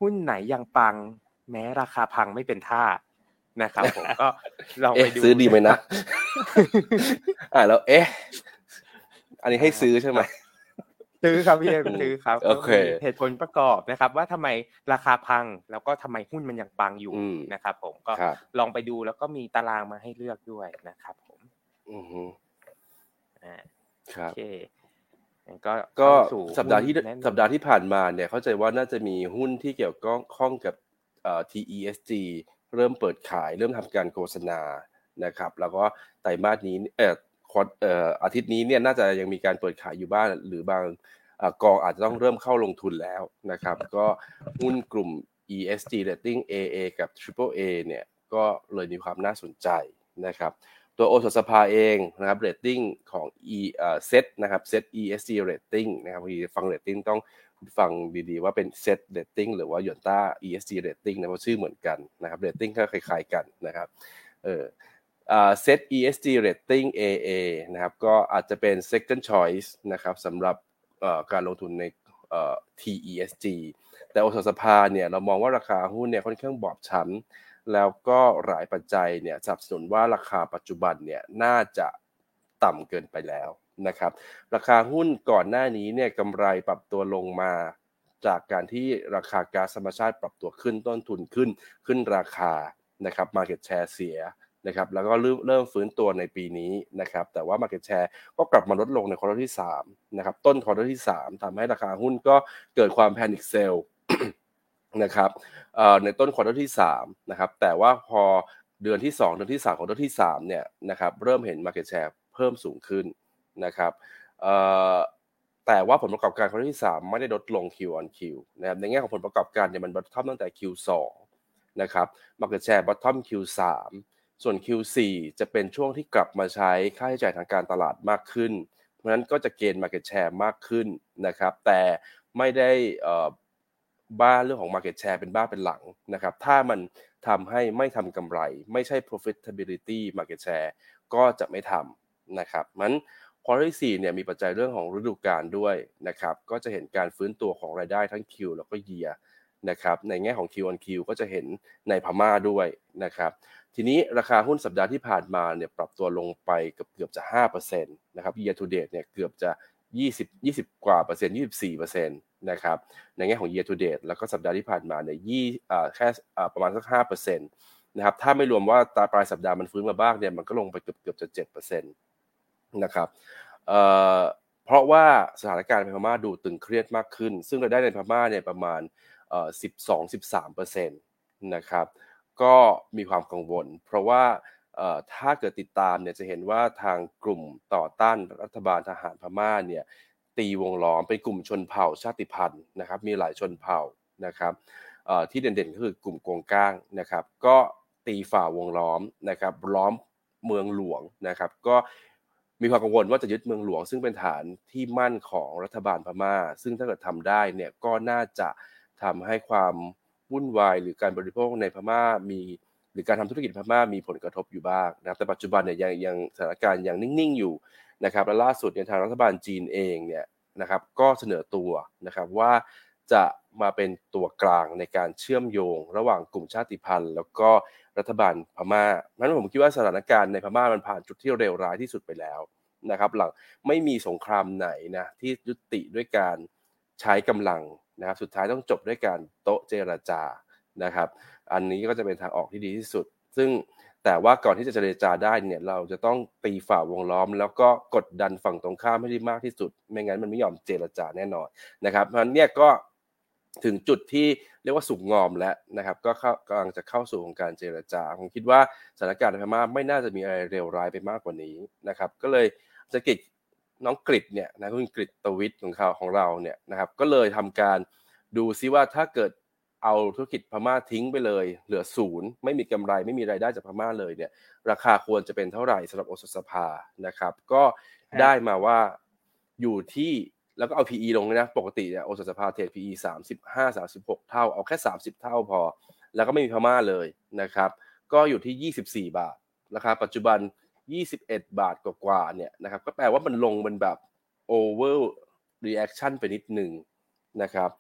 หุ้นไหนยังปังแม้ราคาพังไม่เป็นท่านะครับผมก็ลองไปดูซื้อดีไหมนะอ่าแล้วเอ๊ะอันนี้ให้ซื้อใช่ไหมซื้อครับพี่เอ็มซื้อครับโอเคเหตุผลประกอบนะครับว่าทำไมราคาพังแล้วก็ทำไมหุ้นมันยังปังอยู่นะครับผมก็ลองไปดูแล้วก็มีตารางมาให้เลือกด้วยนะครับผมอือฮึอ่าครับโอเคก็ก็สัปดาห์ที่สัปดาห์ที่ผ่านมาเนี่ยเข้าใจว่าน่าจะมีหุ้นที่เกี่ยวข้องกับเอ่อ ที อี เอส จี เริ่มเปิดขายเริ่มทำการโฆษณานะครับแล้วก็ไตรมาสนี้เอ่อควอเอ่ออาทิตย์นี้เนี่ยน่าจะยังมีการเปิดขายอยู่บ้างหรือบางกองอาจจะต้องเริ่มเข้าลงทุนแล้วนะครับก็หุ้นกลุ่ม อี เอส จี Rating เอ เอ กับ Triple A เนี่ยก็เลยมีความน่าสนใจนะครับตัวโอสถสภาเองนะครับเรตติ้งของ E เอ่อ Set นะครับ Set อี เอส จี Rating นะครับบางทีฟังเรตติ้งต้องฟังดีๆว่าเป็น Set Rating หรือว่า Yonta อี เอส จี Rating นะเพราะชื่อเหมือนกันนะครับเรตติ้งก็คล้ายๆกันนะครับเอออ่า Set อี เอส จี Rating เอ เอ นะครับก็อาจจะเป็น second choice นะครับสำหรับเอ่อการลงทุนในเอ่อ ที อี เอส จี แต่โอสถสภาเนี่ยเรามองว่าราคาหุ้นเนี่ยค่อนข้างบอบช้ำแล้วก็หลายปัจจัยเนี่ยสนับสนุนว่าราคาปัจจุบันเนี่ยน่าจะต่ำเกินไปแล้วนะครับราคาหุ้นก่อนหน้านี้เนี่ยกำไรปรับตัวลงมาจากการที่ราคาก๊าซธรรมชาติปรับตัวขึ้นต้นทุนขึ้นขึ้นราคานะครับ market share เสียนะครับแล้วก็เริ่มเริ่มฟื้นตัวในปีนี้นะครับแต่ว่า market share ก็กลับมาลดลงในควอเตอร์ที่สามนะครับต้นควอเตอร์ที่สามทำให้ราคาหุ้นก็เกิดความ panic sell นะครับในต้นควอเตอร์ที่สามนะครับแต่ว่าพอเดือนที่สองเดือนที่สามควอเตอร์ที่สามเนี่ยนะครับเริ่มเห็น market share เพิ่มสูงขึ้นนะครับแต่ว่าผลประกอบการควอเตอร์ที่สามไม่ได้ลดลง Q on Q นะครับในแง่ของผลประกอบการเนี่ยมัน bottom ตั้งแต่ คิว สอง นะครับ market share bottom คิว สาม ส่วน คิว สี่ จะเป็นช่วงที่กลับมาใช้ค่าใช้จ่ายทางการตลาดมากขึ้นเพราะฉะนั้นก็จะเกณฑ์ market share มากขึ้นนะครับแต่ไม่ได้บ้าเรื่องของ market share เป็นบ้าเป็นหลังนะครับถ้ามันทำให้ไม่ทำกำไรไม่ใช่ profitability market share ก็จะไม่ทำนะครับมันควอเตอร์ที่สี่เนี่ยมีปัจจัยเรื่องของฤดูกาลด้วยนะครับก็จะเห็นการฟื้นตัวของรายได้ทั้ง Q แล้วก็ Year นะครับในแง่ของ Q on Q ก็จะเห็นในพม่าด้วยนะครับทีนี้ราคาหุ้นสัปดาห์ที่ผ่านมาเนี่ยปรับตัวลงไปเกือบเกือบจะ ห้าเปอร์เซ็นต์ นะครับ Year to date เนี่ยเกือบจะยี่สิบ ยี่สิบกว่าเปอร์เซ็นต์ ยี่สิบสี่เปอร์เซ็นต์ นะครับในแง่ของ Year to date แล้วก็สัปดาห์ที่ผ่านมาเนี่ยยี่อ่าแค่อ่าประมาณสัก ห้าเปอร์เซ็นต์ นะครับถ้าไม่รวมว่าตาปลายสัปดาห์มันฟื้นมาบ้างเนี่ยมันก็ลงไปเกือบเกือบจะ เจ็ดเปอร์เซ็นต์ นะครับเอ่อเพราะว่าสถานการณ์ในพม่าดูตึงเครียดมากขึ้นซึ่งรายได้ในพม่าเนี่ยประมาณเอ่อ สิบสอง สิบสามเปอร์เซ็นต์ นะครับก็มีความกังวลเพราะว่าเอ่อถ้าเกิดติดตามเนี่ยจะเห็นว่าทางกลุ่มต่อต้านรัฐบาลทหารพม่าเนี่ยตีวงล้อมเป็นกลุ่มชนเผ่าชาติพันธุ์นะครับมีหลายชนเผ่านะครับเอ่อที่เด่นๆก็คือกลุ่มกงก้างนะครับก็ตีฝ่าวงล้อมนะครับล้อมเมืองหลวงนะครับก็มีความกังวลว่าจะยึดเมืองหลวงซึ่งเป็นฐานที่มั่นของรัฐบาลพม่าซึ่งถ้าเกิดทำได้เนี่ยก็น่าจะทำให้ความวุ่นวายหรือการบริโภคในพม่ามีหรือการทำธุรกิจพม่ามีผลกระทบอยู่บ้างนะครับแต่ปัจจุบันเนี่ยยังยังสถานการณ์ยังนิ่งๆอยู่นะครับและล่าสุดเนี่ยทางรัฐบาลจีนเองเนี่ยนะครับก็เสนอตัวนะครับว่าจะมาเป็นตัวกลางในการเชื่อมโยงระหว่างกลุ่มชาติพันธุ์แล้วก็รัฐบาลพม่าเพราะฉะนั้นผมคิดว่าสถานการณ์ในพม่ามันผ่านจุดที่เลวร้ายที่สุดไปแล้วนะครับหลังไม่มีสงครามไหนนะที่ยุติด้วยการใช้กำลังนะครับสุดท้ายต้องจบด้วยการโต๊ะเจรจานะครับอันนี้ก็จะเป็นทางออกที่ดีที่สุดซึ่งแต่ว่าก่อนที่จะเจรจาได้เนี่ยเราจะต้องตีฝ่าวงล้อมแล้วก็กดดันฝั่งตรงข้ามให้ได้มากที่สุดไม่งั้นมันไม่ยอมเจรจาแน่นอนนะครับเพราะฉะนั้นเนี่ยก็ถึงจุดที่เรียกว่าสุกงอมแล้วนะครับก็กำลังจะเข้าสู่ของการเจรจาผมคิดว่าสถานการณ์ในพม่าไม่น่าจะมีอะไรเลวร้ายไปมากกว่านี้นะครับก็เลยจะกิจน้องกฤษเนี่ยนะคุณกฤษตวิทย์ของเขาของเราเนี่ยนะครับก็เลยทำการดูซิว่าถ้าเกิดเอาธุรกิจพม่าทิ้งไปเลยเหลือศูนย์ไม่มีกำไรไม่มีรายได้จากพม่าเลยเนี่ยราคาควรจะเป็นเท่าไหร่สำหรับโอสถสภานะครับก็ได้มาว่าอยู่ที่แล้วก็เอา พี อี ลงนะปกติเนี่ยโอสถสภาเทรด พี อี สามสิบห้า สามสิบหกเท่าเอาแค่สามสิบเท่าพอแล้วก็ไม่มีพม่าเลยนะครับก็อยู่ที่ยี่สิบสี่บาทราคาปัจจุบันยี่สิบเอ็ดบาทกว่าๆเนี่ยนะครับก็แปลว่ามันลงเป็นแบบ over reaction ไปนิดนึงนะครับ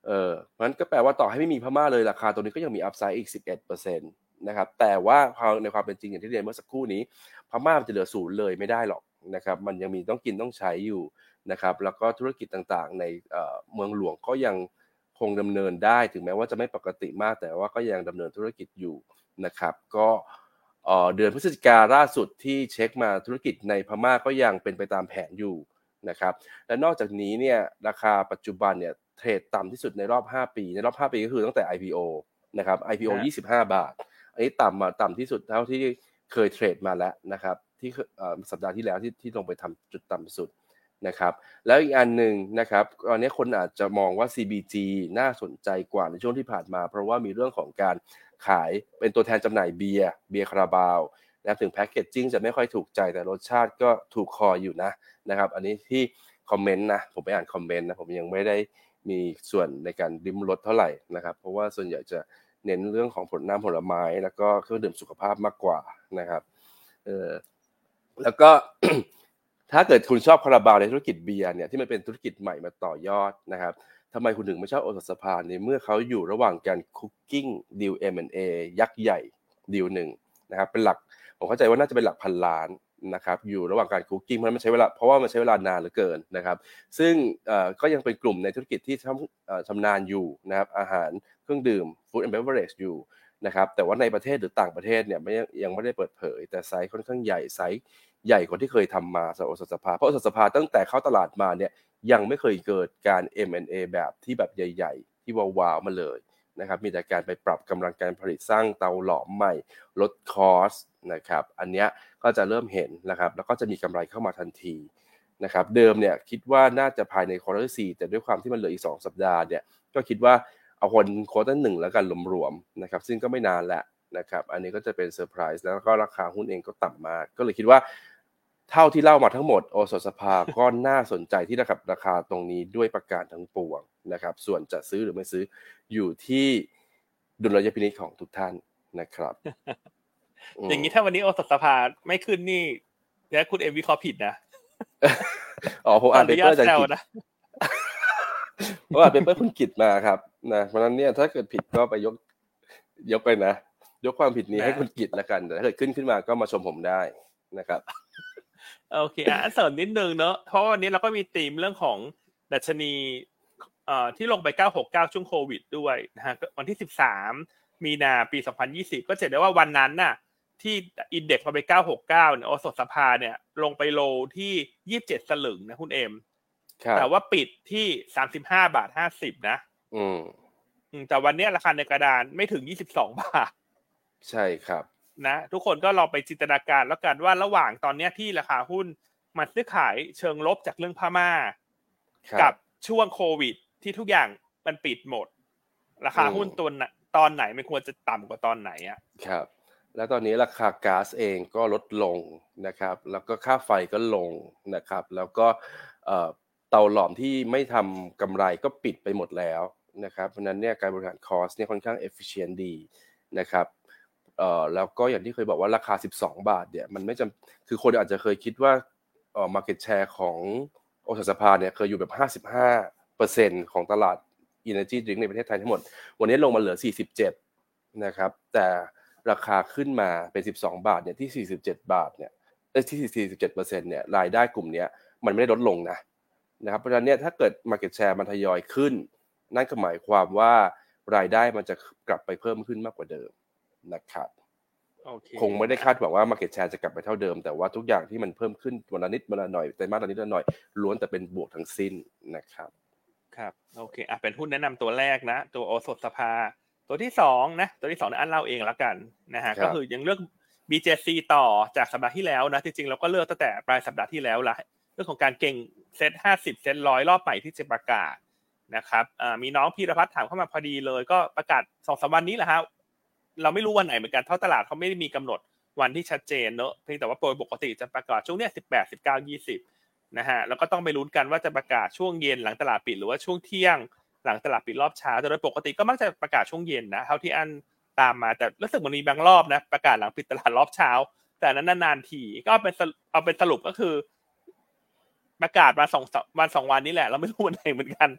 เออเพราะฉะนั้นก็แปลว่าต่อให้ไม่มีพม่าเลยราคาตัวนี้ก็ยังมีอัพไซด์อีก สิบเอ็ดเปอร์เซ็นต์ นะครับแต่ว่าความในความเป็นจริงอย่างที่เรียนเมื่อสักครู่นี้พม่ามันจะเหลือศูนย์เลยไม่ได้หรอกนะครับมันยังมีต้องกินต้องใช้อยู่นะครับแล้วก็ธุรกิจต่างๆในเอ่อเมืองหลวงก็ยังคงดำเนินได้ถึงแม้ว่าจะไม่ปกติมากแต่ว่าก็ยังดำเนินธุรกิจอยู่นะครับก็เอ่อเดือนพฤศจิกาล่าสุดที่เช็คมาธุรกิจในพม่าก็ยังเป็นไปตามแผนอยู่นะครับและนอกจากนี้เนี่ยราคาปัจจุบันเนี่ยเทรดต่ำที่สุดในรอบห้าปีในรอบห้าปีก็คือตั้งแต่ ไอ พี โอ นะครับ ไอ พี โอ ยี่สิบห้าบาทอันนี้ต่ำมาต่ำที่สุดเท่าที่เคยเทรดมาแล้วนะครับที่สัปดาห์ที่แล้วที่ที่ลงไปทำจุดต่ำสุดนะครับแล้วอีกอันหนึ่งนะครับตอนนี้คนอาจจะมองว่า ซี บี จี น่าสนใจกว่าในช่วงที่ผ่านมาเพราะว่ามีเรื่องของการขายเป็นตัวแทนจำหน่ายเบียร์เบียร์คาราบาวนะถึงแพคเกจจิ้งจะไม่ค่อยถูกใจแต่รสชาติก็ถูกคออยู่นะนะครับอันนี้ที่คอมเมนต์นะผมไปอ่านคอมเมนต์นะผมยังไม่ได้มีส่วนในการริมรสเท่าไหร่นะครับเพราะว่าส่วนใหญ่จะเน้นเรื่องของผลน้ำผลไม้แล้วก็เครื่องดื่มสุขภาพมากกว่านะครับเออแล้วก็ ถ้าเกิดคุณชอบคาราบาวในธุรกิจเบียร์เนี่ยที่มันเป็นธุรกิจใหม่มาต่อยอดนะครับทำไมคุณถึงไม่ชอบโอสถสภาในเมื่อเขาอยู่ระหว่างการคุกกิ้งดีล เอ็ม แอนด์ เอ ยักษ์ใหญ่ดีลหนึ่งนะครับเป็นหลักผมเข้าใจว่าน่าจะเป็นหลักพันล้านนะครับอยู่ระหว่างการคุกกิ้งเพราะมันใช้เวลาเพราะว่ามันใช้เวลานานเหลือเกินนะครับซึ่งก็ยังเป็นกลุ่มในธุรกิจที่ชำนาญอยู่นะครับอาหารเครื่องดื่ม food and beverage อยู่นะครับแต่ว่าในประเทศหรือต่างประเทศเนี่ยไม่ยังไม่ได้เปิดเผยแต่ไซส์ค่อนข้างใหญ่ไซส์ใหญ่กว่าที่เคยทำมาสำหรับโอสถสภาเพราะโอสถสภาตั้งแต่เข้าตลาดมาเนี่ยยังไม่เคยเกิดการ เอ็ม แอนด์ เอ แบบที่แบบใหญ่ๆที่ว้าวๆมาเลยนะครับมีแต่การไปปรับกำลังการผลิตสร้างเตาหลอมใหม่ลดคอสนะครับอันเนี้ยก็จะเริ่มเห็นนะครับแล้วก็จะมีกำไรเข้ามาทันทีนะครับเดิมเนี่ยคิดว่าน่าจะภายในควอเตอร์สี่แต่ด้วยความที่มันเหลืออีกสองสัปดาห์เนี่ยก็คิดว่าเอาคนควอเตอร์หนึ่งแล้วกันรวมๆนะครับซึ่งก็ไม่นานแหละนะครับอันนี้ก็จะเป็นเซอร์ไพรส์แล้วก็ราคาหุ้นเองก็ต่ำมากก็เลยคิดว่าเท่าที่เล่ามาทั้งหมดโอสถสภาก็น่าสนใจที่ระดับราคาตรงนี้ด้วยประการทั้งปวงนะครับส่วนจะซื้อหรือไม่ซื้ออยู่ที่ดุลยพินิจของทุกท่านนะครับอย่างนี้ถ้าวันนี้โอสถสภาไม่ขึ้นนี่แล้วคุณเอ็มวิเคราะห์ผิดนะอ๋อผมอ่านเปเปอร์จากกิจนะผมอ่านเปเปอร์คุณกิจมาครับนะเพราะนั้นเนี่ยถ้าเกิดผิดก็ไปยกยกไปนะยกความผิดนี้ให้คุณกิจละกันแต่ถ้าเกิดขึ้นขึ้นมาก็มาชมผมได้นะครับโอเคอ่ะเสริมนิดนึงเนอะเพราะวันนี้เราก็มีธีมเรื่องของดัชนีเอ่อที่ลงไปเก้าหกเก้าช่วงโควิดด้วยนะฮะวันที่สิบสามมีนาปีสองพันยี่สิบก็จะได้ว่าวันนั้นน่ะที่อินเด็กซ์มาไปเก้าหกเก้าเนี่ยโอสถสภาเนี่ยลงไปโลที่ยี่สิบเจ็ดสลึงนะคุณเอ็มแต่ว่าปิดที่สามสิบห้าบาทห้าสิบนะอืมแต่วันนี้ราคาในกระดานไม่ถึงยี่สิบสองบาทใช่ครับนะทุกคนก็ลองไปจินตนาการแล้วกันว่าระหว่างตอนนี้ที่ราคาหุ้นมันซื้อขายเชิงลบจากเรื่องพม่ากับช่วงโควิดที่ทุกอย่างมันปิดหมดราคาหุ้นตัวตอนไหนมันควรจะต่ำกว่าตอนไหนอ่ะครับแล้วตอนนี้ราคาก๊าซเองก็ลดลงนะครับแล้วก็ค่าไฟก็ลงนะครับแล้วก็เตาหลอมที่ไม่ทำกำไรก็ปิดไปหมดแล้วนะครับเพราะนั้นเนี่ยการบริหารคอสเนี่ยค่อนข้าง efficient ดีนะครับเอ่อแล้วก็อย่างที่เคยบอกว่าราคาสิบสองบาทเนี่ยมันไม่จำคือคนอาจจะเคยคิดว่าเอ่อ market share ของโอสถสภาเนี่ยเคยอยู่แบบ ห้าสิบห้าเปอร์เซ็นต์ ของตลาด energy drink ในประเทศไทยทั้งหมดวันนี้ลงมาเหลือสี่สิบเจ็ดนะครับแต่ราคาขึ้นมาเป็นสิบสองบาทเนี่ยที่สี่สิบเจ็ดบาทเนี่ยที่ สี่สิบเจ็ดเปอร์เซ็นต์ เนี่ยรายได้กลุ่มนี้มันไม่ได้ลดลงนะนะครับเพราะฉะนั้นเนี่ยถ้าเกิด market share มันทยอยขึ้นนั่นก็หมายความว่ารายได้มันจะกลับไปเพิ่มขึ้นมากกว่าเดิมนะครับ okay. คงไม่ได้คาดหวังว่า market share จะกลับไปเท่าเดิมแต่ว่าทุกอย่างที่มันเพิ่มขึ้นวันละนิดวันละหน่อยแต่มากละนิดละหน่อยล้วนแต่เป็นบวกทั้งสิ้นนะครับครับโอเคอ่ะเป็นหุ้นแนะนำตัวแรกนะตัวโอสถสภาตัวที่สองนะตัวที่สองเนี่ยอันเล่าเองแล้วกันนะฮะก็คือยังเลือก บี เจ ซี ต่อจากสัปดาห์ที่แล้วนะจริงๆเราก็เลือกตั้งแต่ปลายสัปดาห์ที่แล้วละเรื่องของการเก่งเซ็ตห้าสิบเซ็ตหนึ่งร้อยรอบใหม่ที่จะประกาศนะครับอ่ามีน้องพีรพัฒน์ถามเข้ามาพอดีเลยก็ประกาศ สองถึงสาม วันนี้แหละฮะเราไม่รู้วันไหนเหมือนกันเพราะตลาดเขาไม่ได้มีกำหนดวันที่ชัดเจนเนอะเพียงแต่ว่าโดยปกติจะประกาศช่วงเนี้ยสิบแปด สิบเก้า ยี่สิบนะฮะแล้วก็ต้องไปลุ้นกันว่าจะประกาศช่วงเย็นหลังตลาดปิดหรือว่าช่วงเที่ยงหลังตลาดปิดรอบเช้าแต่โดยปกติก็มักจะประกาศช่วงเย็นนะเท่าที่อันตามมาแต่รู้สึกมันมีบางรอบนะประกาศหลังปิดตลาดรอบเช้าแต่นั้นนานๆทีก็เป็นเอาเป็นสรุปก็คือประกาศมาสองวันสองวันนี้แหละเราไม่รู้วันไหนเหมือนกัน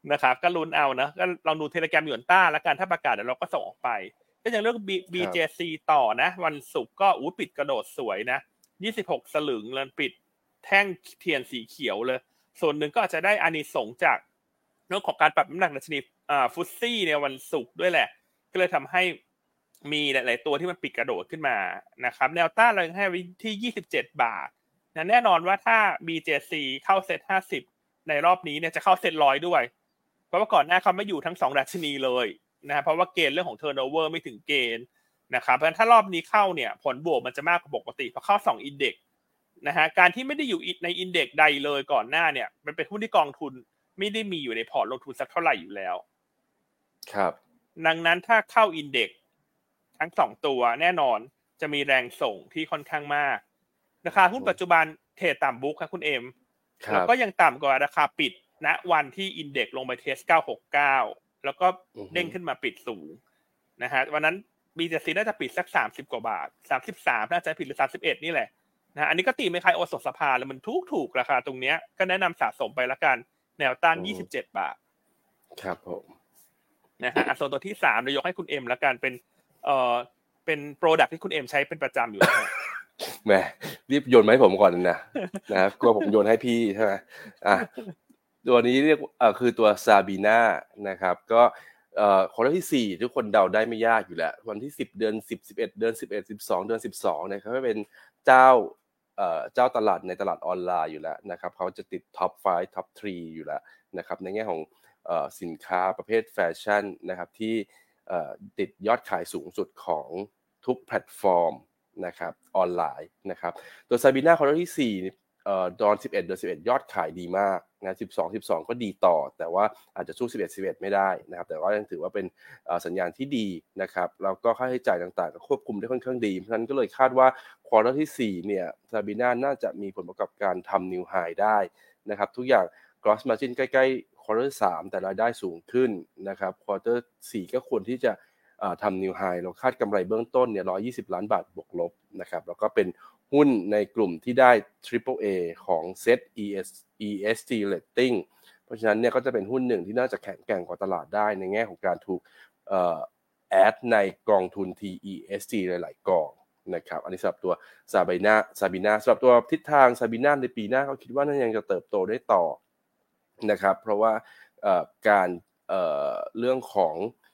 นะครับก็ลุ้นเอานะก็ลองดูเทเลแกรมหยวนต้าแล้วกันถ้าประกาศเดี๋ยวเราก็ส่งออกไปก็ยังเรื่อง บี เจ ซี ต่อนะวันศุกร์ก็อู้ปิดกระโดดสวยนะยี่สิบหกสลึงแล้วปิดแท่งเทียนสีเขียวเลยส่วนหนึ่งก็อาจจะได้อานิสงส์จากเรื่องของการปรับน้ำหนักดัชนีอ่าฟุตซี่ในวันศุกร์ด้วยแหละก็เลยทำให้มีหลายๆตัวที่มันปิดกระโดดขึ้นมานะครับแนวต้านเราให้ไว้ที่ยี่สิบเจ็ดบาทนะแน่นอนว่าถ้า บี เจ ซี เข้าเซ็ตห้าสิบในรอบนี้เนี่ยจะเข้าเซ็ตหนึ่งร้อยด้วยเพราะว่าก่อนหน้าเขาไม่อยู่ทั้งสองดัชนีเลยนะเพราะว่าเกณฑ์เรื่องของ turnover ไม่ถึงเกณฑ์นะครับเพราะฉะนั้นถ้ารอบนี้เข้าเนี่ยผลบวกมันจะมากกว่าปกติเพราะเข้าสองอินเด็กซ์นะฮะการที่ไม่ได้อยู่ในอินเด็กซ์ใดเลยก่อนหน้าเนี่ยมันเป็นหุ้นที่กองทุนไม่ได้มีอยู่ในพอร์ตลงทุนสักเท่าไหร่อยู่แล้วครับดังนั้นถ้าเข้าอินเด็กซ์ทั้งสองตัวแน่นอนจะมีแรงส่งที่ค่อนข้างมากราคาหุ้นปัจจุบันเทรดต่ำบุ๊กครับคุณเอ็มแล้วก็ยังต่ำกว่าราคาปิดณวันที่อินเด็กซ์ลงไปเทสเก้าหกเก้าแล้วก็เด้งขึ้นมาปิดสูงนะฮะวันนั้น บี เจ ซี น่าจะปิดสักสามสิบกว่าบาทสามสิบสามน่าจะผิดหรือสามสิบเอ็ดนี่แหละนะอันนี้ก็ตีไม่คล้ายโอสถสภาแล้วมันถูกถูกราคาตรงเนี้ยก็แนะนำสะสมไปละกันแนวต้านยี่สิบเจ็ดบาทครับผมนะฮะส่วนตัวที่สามเรายกให้คุณเอ็มละกันเป็นเอ่อเป็นโปรดักต์ที่คุณเอ็มใช้เป็นประจำอยู่นะฮะแหมรีบโยนมาให้ผมก่อนนะนะครับกลัวผมโยนให้พี่ใช่ไหมอ่ะตัวนี้เรียกเอ่อคือตัวซาบีน่านะครับก็เอ่อคนที่สี่ทุกคนเดาได้ไม่ยากอยู่แล้ววันที่สิบเดือนสิบ สิบเอ็ดเดือนสิบเอ็ด สิบสองเดือนสิบสองเนี่ยเขาเป็นเจ้าเอ่อเจ้าตลาดในตลาดออนไลน์อยู่แล้วนะครับเขาจะติดท็อปห้าท็อปสามอยู่แล้วนะครับในแง่ของเอ่อสินค้าประเภทแฟชั่นนะครับที่เอ่อติดยอดขายสูงสุดของทุกแพลตฟอร์มนะครับออนไลน์นะครับตัวซาบีน่าคนที่สี่เอ่อตอนสิบเอ็ดเดือนสิบเอ็ดยอดขายดีมากนะสิบสอง สิบสองก็ดีต่อแต่ว่าอาจจะสู้สิบเอ็ด สิบเอ็ดไม่ได้นะครับแต่ว่ายังถือว่าเป็นสัญญาณที่ดีนะครับแล้วก็ค่าใช้จ่ายต่างๆก็ควบคุมได้ค่อนข้างดีเพราะฉะนั้นก็เลยคาดว่าควอเตอร์ที่สี่เนี่ยซาบีน่าน่าจะมีผลประกอบการทำนิวไฮได้นะครับทุกอย่าง gross margin ใกล้ๆควอเตอร์สามแต่รายได้สูงขึ้นนะครับควอเตอร์สี่ก็ควรที่จะทำนิวไฮเราคาดกำไรเบื้องต้นเนี่ยหนึ่งร้อยยี่สิบล้านบาทบวกลบนะครับแล้วก็เป็นหุ้นในกลุ่มที่ได้ Triple A ของ เซต อี เอส อี เอส จี Rating เพราะฉะนั้นเนี่ยก็จะเป็นหุ้นหนึ่งที่น่าจะแข็งแกร่งกว่าตลาดได้ในแง่ของการถูกเอ่อแอดในกองทุน ที อี เอส จี หลายๆกองนะครับอันนี้สำหรับตัวซาบีน่าซาบีน่าสำหรับตัวทิศทางซาบีน่าในปีหน้าเขาคิดว่าน่ายังจะเติบโตได้ต่อนะครับเพราะว่าเอ่อการเอ่อเรื่องของ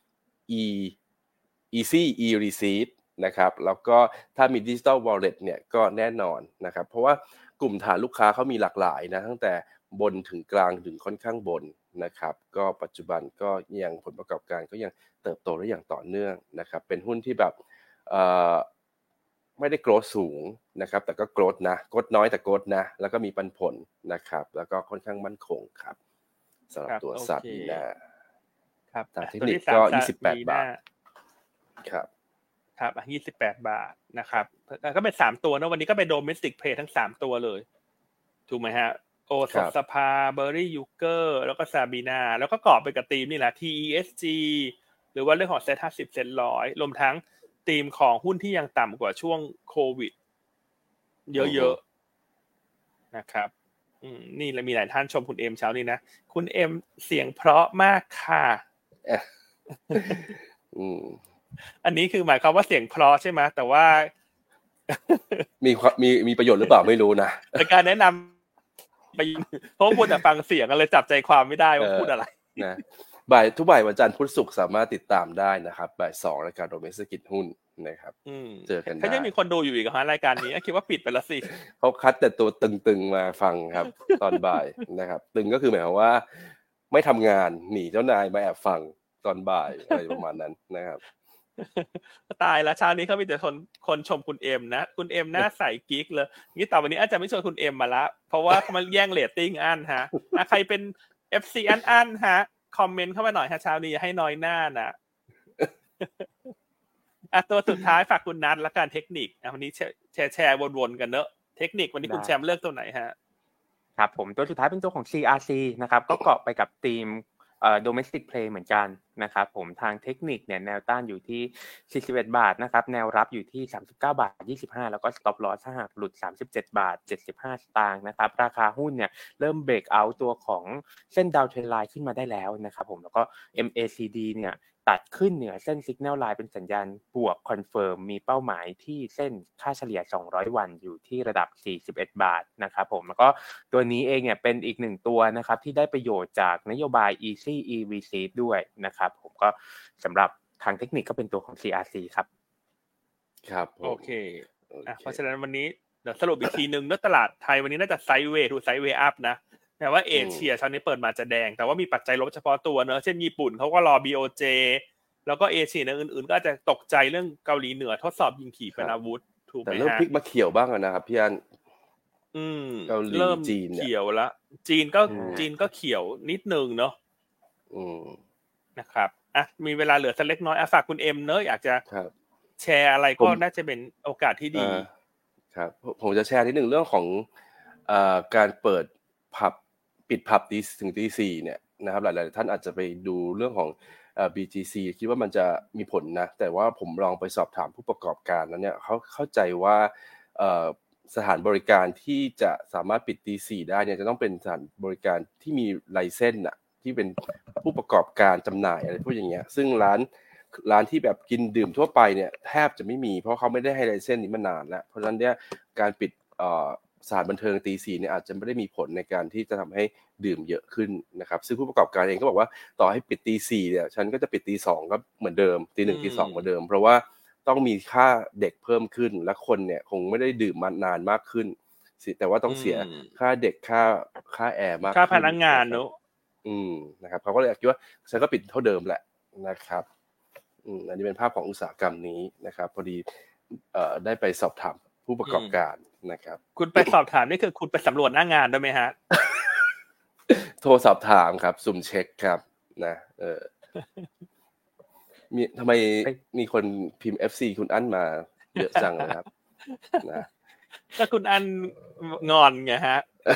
e easy e receipt นะครับแล้วก็ถ้ามี Digital Wallet เนี่ยก็แน่นอนนะครับเพราะว่ากลุ่มฐานลูกค้าเขามีหลากหลายนะตั้งแต่บนถึงกลางถึงค่อนข้างบนนะครับก็ปัจจุบันก็ยังผลประกอบการก็ยังเติบโตได้อย่างต่อเนื่องนะครับเป็นหุ้นที่แบบเอ่อไม่ได้โกรธสูงนะครับแต่ก็โกรธนะโกรธน้อยแต่โกรธนะแล้วก็มีปันผลนะครับแล้วก็ค่อนข้างมั่นคงครับสำหรับตัวซาบีน่าครับทางเทคนิคก็ยี่สิบแปดบาทครับครับยี่สิบแปดบาทนะครับก็เป็นสามตัวนะวันนี้ก็เป็นโดเมสติกเพลย์ทั้งสามตัวเลยถูกไหมฮะโอสถสภาเบอร์รี่ยูเกอร์แล้วก็ซาบีนาแล้วก็เกาะไปกับทีมนี่แหละ ที อี เอส จี หรือว่าเรื่องของเซ็ตห้าสิบเซ็ตร้อยรวมทั้งทีมของหุ้นที่ยังต่ำกว่าช่วงโควิดเยอะๆนะครับอืมนี่แล้วมีหลายท่านชมคุณเอ็มเช้านี้นะคุณเอ็มเสียงเพราะมากค่ะอืมอันนี้คือหมายความว่าเสียงเพราะใช่ไหมแต่ว่ามีมีมีประโยชน์หรือเปล่าไม่รู้นะในการแนะนำไปเพราะพูดแต่ฟังเสียงเลยจับใจความไม่ได้ว่าพูดอะไรนะบ่ายทุกบ่ายวันจันทร์พุธศุกร์สามารถติดตามได้นะครับบ่ายสองรายการโดเมสติกหุ้นนะครับเจอกันได้เขายังมีคนดูอยู่อีกเหรอรายการนี้คิดว่าปิดไปแล้วสิเขาคัดแต่ตัวตึงๆมาฟังครับตอนบ่ายนะครับตึงก็คือหมายความว่าไม่ทำงานหนีเจ้านายมาแอบฟังตอนบ่ายอะไรประมาณนั้นนะครับตายแล้วเช้านี้เขามีแต่คนคนชมคุณเอ็มนะคุณเอ็มหน้าใสกิ๊กเลยงี้ต่อไปนี้อาจจะไม่ชวนคุณเอ็มมาละเพราะว่าเขามาแย่งเรตติ้งอันฮะใครเป็น เอฟ ซี อันอันฮะคอมเมนต์เข้ามาหน่อยฮะเช้านี้ให้น้อยหน้านะอ่ะตัวสุดท้ายฝากคุณนัทและการเทคนิคอ่ะวันนี้แชร์แชร์วนๆกันเนอะเทคนิควันนี้คุณแชมป์เลือกตัวไหนฮะครับผมตัวสุดท้ายเป็นตัวของ ซี อาร์ ซี นะครับก็เกาะไปกับธีมเอ่อ domestic play เหมือนกันนะครับผมทางเทคนิคเนี่ยแนวต้านอยู่ที่สี่สิบเอ็ดบาทนะครับแนวรับอยู่ที่สามสิบเก้าบาทยี่สิบห้าแล้วก็ stop loss ถ้าหากหลุดสามสิบเจ็ดบาทเจ็ดสิบห้าสตางค์นะครับราคาหุ้นเนี่ยเริ่ม break out ตัวของเส้น down trend line ขึ้นมาได้แล้วนะครับผมแล้วก็ เอ็ม เอ ซี ดี เนี่ยตัดขึ้นเหนือเส้น signal line เป็นสัญญาณบวกคอนเฟิร์มมีเป้าหมายที่เส้นค่าเฉลี่ยสองร้อยวันอยู่ที่ระดับสี่สิบเอ็ดบาทนะครับผมแล้วก็ตัวนี้เองเนี่ยเป็นอีกหนึ่งตัวนะครับที่ได้ประโยชน์จากนโยบาย Easy อี วี ซี ด้วยนะครับผมก็สำหรับทางเทคนิคก็เป็นตัวของ ซี อาร์ ซี ครับครับโอเคอ่ะเพราะฉะนั้นวันนี้เดี๋ยวสรุปอีกทีนึงเนื้อตลาดไทยวันนี้น่าจะไซด์เวย์ทูไซด์เวย์อัพนะแต่ว่าเอเชียเช้านี้เปิดมาจะแดงแต่ว่ามีปัจจัยลบเฉพาะตัวเนอะเช่นญี่ปุ่นเขาก็รอ บี โอ เจ แล้วก็เอเชียอื่นๆก็อาจจะตกใจเรื่องเกาหลีเหนือทดสอบยิงขี่ปนาวุธถูกไหมฮะแต่เริ่มพลิกมาเขียวบ้างแล้วนะครับพี่อันอืมเกาหลีเริ่มจีนเขียวแล้วจีนก็จีนก็เขียวนิดนึงเนาะอืมนะครับอ่ะมีเวลาเหลือสักเล็กน้อยอ่ะฝากคุณเอ็มเนอะอยากจะแชร์อะไรก็น่าจะเป็นโอกาสที่ดีครับผมจะแชร์นิดนึงเรื่องของเอ่อการเปิดผับปิดผับตีถึงตีสี่เนี่ยนะครับหลายๆท่านอาจจะไปดูเรื่องของเอ่อ บี จี ซี คิดว่ามันจะมีผลนะแต่ว่าผมลองไปสอบถามผู้ประกอบการแล้วเนี่ยเขาเข้าใจว่าเอ่อสถานบริการที่จะสามารถปิดตีสี่ได้เนี่ยจะต้องเป็นสถานบริการที่มีไลเซนส์น่ะที่เป็นผู้ประกอบการจำหน่ายอะไรพวกอย่างเงี้ยซึ่งร้านร้านที่แบบกินดื่มทั่วไปเนี่ยแทบจะไม่มีเพราะเขาไม่ได้ให้ไลเซนส์นี้มานานแล้วเพราะฉะนั้นเนี่ยการปิดเอ่อสถานบันเทิงตีสี่เนี่ยอาจจะไม่ได้มีผลในการที่จะทำให้ดื่มเยอะขึ้นนะครับซึ่งผู้ประกอบการเองก็บอกว่าต่อให้ปิดตีสี่เนี่ยฉันก็จะปิดตีสองก็เหมือนเดิมตีหนึ่งตีสองเหมือนเดิมเพราะว่าต้องมีค่าเด็กเพิ่มขึ้นและคนเนี่ยคงไม่ได้ดื่มมานานมากขึ้นแต่ว่าต้องเสียค่าเด็กค่าค่าแอร์มากค่าพนักงานเนอะอืมนะครับเขาก็เลยคิดว่าฉันก็ปิดเท่าเดิมแหละนะครับอืมอันนี้เป็นภาพของอุตสาหกรรมนี้นะครับพอดีเอ่อได้ไปสอบถามผู้ประกอบการนะครับคุณไปสอบถามนี่คือคุณไปสำรวจหน้างานด้วยไหมฮะโทรสอบถามครับสุ่มเช็คครับนะเออมีทำไมมีคนพิมพ์ เอฟ ซี คุณอั้นมาเยอะจังเลยครับนะก็คุณอั้นงอนไงฮะ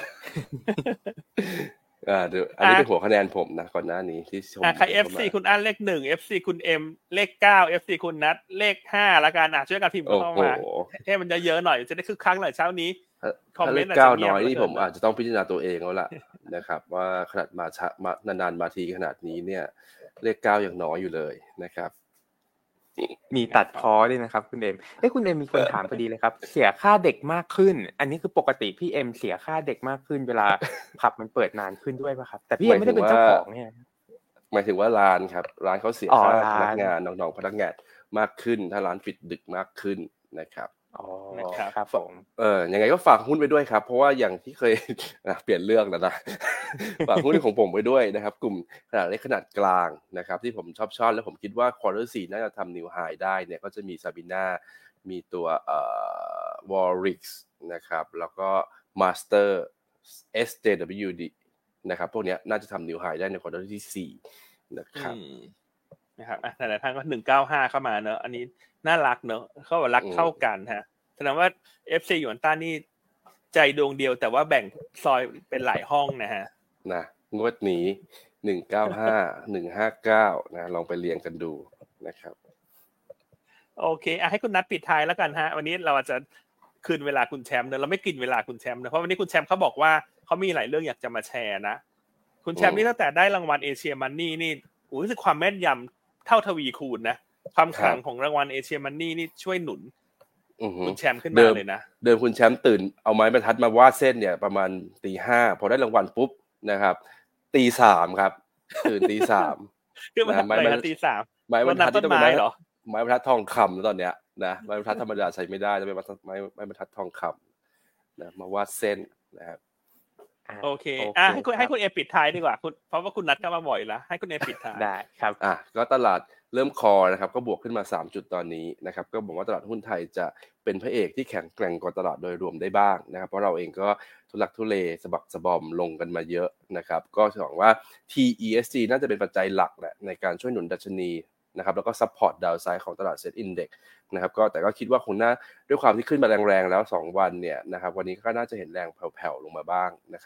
อ่าเดี๋ยวอันนี้เป็นหัวคะแนนผมนะก่อนหน้านี้ที่ชมอ่ะใคร เอฟ ซี คุณอั้นเลขหนึ่ง เอฟ ซี คุณเอ็มเลขเก้า เอฟ ซี คุณนัทเลขห้าละกันอ่ะช่วยกันพิมพ์เข้ามาให้มันเยอะๆหน่อยจะได้คึกคักหน่อยเช้านี้คอมเมนต์อาจจะเก้าน้อยนี่ผมอาจจะต้องพิจารณาตัวเองแล้วล่ะนะครับว่าขนาดมาช้านานๆมาทีขนาดนี้เนี่ยเลขเก้ายังน้อยอยู่เลยนะครับมีตัดพ้อด้วยนะครับคุณเอ็มเอ้ยคุณเอ็มมีคนถามพอดีเลยครับเสียค่าเด็กมากขึ้นอันนี้คือปกติพี่เอ็มเสียค่าเด็กมากขึ้นเวลาผับมันเปิดนานขึ้นด้วยป่ะครับแต่พี่เอ็มไม่ได้เป็นเจ้าของเนี่ยหมายถึงว่าร้านครับร้านเขาเสียค่าพนักงานน้องๆพนักงานมากขึ้นถ้าร้านปิดดึกมากขึ้นนะครับอ๋อครับผมเออยังไงก็ฝากหุ้นไปด้วยครับเพราะว่าอย่างที่เคยเปลี่ยนเรื่องแล้วนะฝากหุ้นของผมไปด้วยนะครับกลุ่มขนาดเล็กขนาดกลางนะครับที่ผมชอบชอบแล้วผมคิดว่าควอเตอร์สี่น่าจะทำนิวไฮได้เนี่ยก็จะมีซาบิน่ามีตัวเอ่อวอริกส์นะครับแล้วก็มาสเตอร์ เอส เจ ดับเบิลยู ดี นะครับพวกนี้น่าจะทำนิวไฮได้ในควอเตอร์ที่สี่นะครับนะครับอ่ะแต่ละท่านก็หนึ่งร้อยเก้าสิบห้าเข้ามาเนอะอันนี้น่ารักเนอะเขาบอกรักเท่ากันฮะแสดงว่า เอฟ ซี หยวนต้านี่ใจดวงเดียวแต่ว่าแบ่งซอยเป็นหลายห้องนะฮะนะงวดนี้หนึ่งร้อยเก้าสิบห้า หนึ่งร้อยห้าสิบเก้านะลองไปเรียงกันดูนะครับโอเคอ่ะให้คุณนัทปิดท้ายแล้วกันฮะวันนี้เราจะคืนเวลาคุณแชมป์เนอะเราไม่กินเวลาคุณแชมป์นะเพราะวันนี้คุณแชมป์เขาบอกว่าเขามีหลายเรื่องอยากจะมาแชร์นะคุณแชมป์นี่ตั้งแต่ได้รางวัลเอเชียมันนี่นี่รู้สึกความแม่นยำเท่าทวีคูณนะความขลังของรางวัลเอเชียมันนี่นี่ช่วยหนุนคุณแชมป์ขึ้นมาเลยนะเดิมคุณแชมป์ตื่นเอาไม้บรรทัดมาวาดเส้นเนี่ยประมาณตีห้าพอได้รางวัลปุ๊บนะครับตีสามครับตื่นตีสามคือมันไม้บรรทัดตีสามไม้บรรทัดต้นไม้เหรอไม้บรรทัดทองคำแล้วตอนเนี้ยนะไม้บรรทัดธรรมดาใช้ไม่ได้แล้วเป็นไม้ไม้บรรทัดทองคำนะมาวาดเส้นนะครับโอเคอ่ะให้คุณให้คุณเอปิดท้ายดีกว่าคุณเพราะว่าคุณนัดก็มาบ่อยแล้วให้คุณเอปิดท้ายได้ครับอ่ะก็ตลาดเริ่มคอนะครับก็บวกขึ้นมาสามจุดตอนนี้นะครับก็บอกว่าตลาดหุ้นไทยจะเป็นพระเอกที่แข็งแกร่งกว่าตลาดโดยรวมได้บ้างนะครับเพราะเราเองก็ทุลักทุเลสะบักสะบอมลงกันมาเยอะนะครับก็หวังว่า ที อี เอส จี น่าจะเป็นปัจจัยหลักแหละในการช่วยหนุนดัชนีนะครับแล้วก็ซัพพอร์ตดาวไซด์ของตลาดเซ็ตอินเด็กซ์นะครับก็แต่ก็คิดว่าคงน่าด้วยความที่ขึ้นมาแรงๆแล้วสองวันเนี่ยนะครับวันนี้ก็น่าจะเห็นแรงแผ่วๆลงมาบ้างนะครับ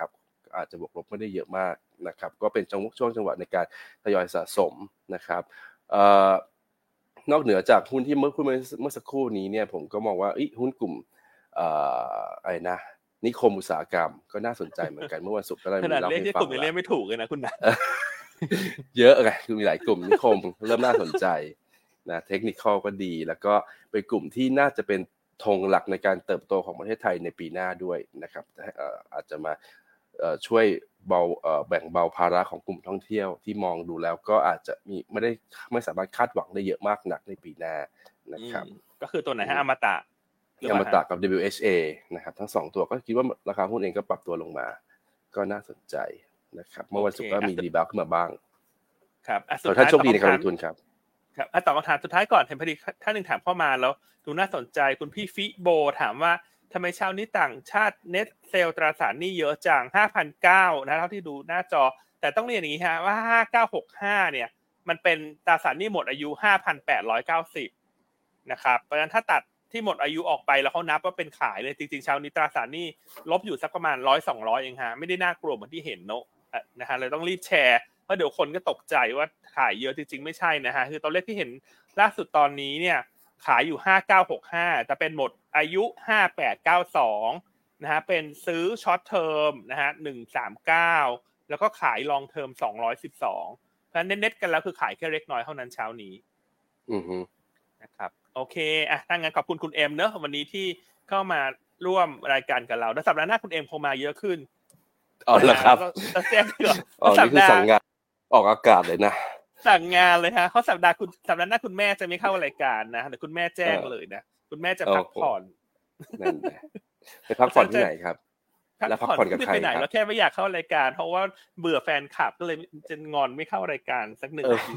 อาจจะบวกลบไม่ได้เยอะมากนะครับก็เป็นช่วงจังหวะในการทยอยสะสมนะครับเอ่อนอกเหนือจากหุ้นที่เมื่อพูดเมื่อสักครู่นี้เนี่ยผมก็มองว่าหุ้นกลุ่มเอ่ออะไรนะนิคมอุตสาหกรรมก็น่าสนใจเหมือนกันเมื่อวันศุกร์ก็ได้มีเล่าให้ฟังแล้วเล่นไม่ถูกเลยนะคุณนะเยอะไงคือมีหลายกลุ่มนิคมเริ่มน่าสนใจนะเทคนิคอลก็ดีแล้วก็เป็นกลุ่มที่น่าจะเป็นธงหลักในการเติบโตของประเทศไทยในปีหน้าด้วยนะครับเอ่ออาจจะมาเอ่อช่วยเบาเอ่อแบ่งเบาภาระของกลุ่มท่องเที่ยวที่มองดูแล้วก็อาจจะมีไม่ได้ไม่สามารถคาดหวังได้เยอะมากนักในปีหน้านะครับก็คือตัวไหนฮะอมตะอมตะกับ ดับเบิลยู เอช เอ นะครับทั้งสองตัวก็คิดว่าราคาหุ้นเองก็ปรับตัวลงมาก็น่าสนใจนะครับเมื่อวันศุกร์ก็มีรีบาวขึ้นมาบ้างครับขอท่านโชคดีในการลงทุนครับครับอ่ะตอบคำถามสุดท้ายก่อนเห็นพอดีท่านหนึ่งถามเข้ามาแล้วดูน่าสนใจคุณพี่ฟิโบถามว่าทำไมเช้านี้ต่างชาติเน็ตเซลตราสารหนี้เยอะจัง ห้าพันเก้าร้อย นะเท่าที่ดูหน้าจอแต่ต้องเรียนอย่างนี้ฮะว่าห้าเก้าหกห้าเนี่ยมันเป็นตราสารหนี้หมดอายุ ห้าพันแปดร้อยเก้าสิบ นะครับเพราะฉะนั้นถ้าตัดที่หมดอายุออกไปแล้วเขานับว่าเป็นขายเลยจริงๆเช้านี้ตราสารหนี้ลบอยู่สักประมาณหนึ่งร้อย สองร้อยเองฮะไม่ได้น่ากลัวเหมือนที่เห็นเนอะนะฮะเลยต้องรีบแชร์เพราะเดี๋ยวคนก็ตกใจว่าขายเยอะจริงๆไม่ใช่นะฮะคือตัวเลขที่เห็นล่าสุดตอนนี้เนี่ยขายอยู่ห้าเก้าหกห้าแต่เป็นหมดอายุห้าแปดเก้าสองนะฮะเป็นซื้อช็อตเทอมนะฮะหนึ่งสามเก้าแล้วก็ขายลองเทอมสองร้อยสิบสองเพราะฉะนั้นเน็ตๆกันแล้วคือขายแค่เล็กน้อยเท่านั้นเช้านี้อือฮึนะครับโอเคอ่ะถ้างั้นขอบคุณคุณเอ็มเนอะวันนี้ที่เข้ามาร่วมรายการกับเราแล้วสัปดาห์หน้าคุณเอ็มคงมาเยอะขึ้นอ๋อเหรอครับจะแจ้งเผื่ออ๋อนี่คือสั่งงานออกอากาศเลยนะสั่งงานเลยฮะเพราะสัปดาห์คุณสัปดาห์หน้าคุณแม่จะไม่เข้ารายการนะเดี๋ยวคุณแม่แจ้งเลยนะคุณแม่จะพักผ่อนนั่นแหละไปพักผ่อนที่ไหนครับแล้วพักผ่อนกับใครครับแล้วแค่ไม่อยากเข้ารายการเพราะว่าเบื่อแฟนคลับก็เลยจะงอนไม่เข้ารายการสักหนึ่งนาที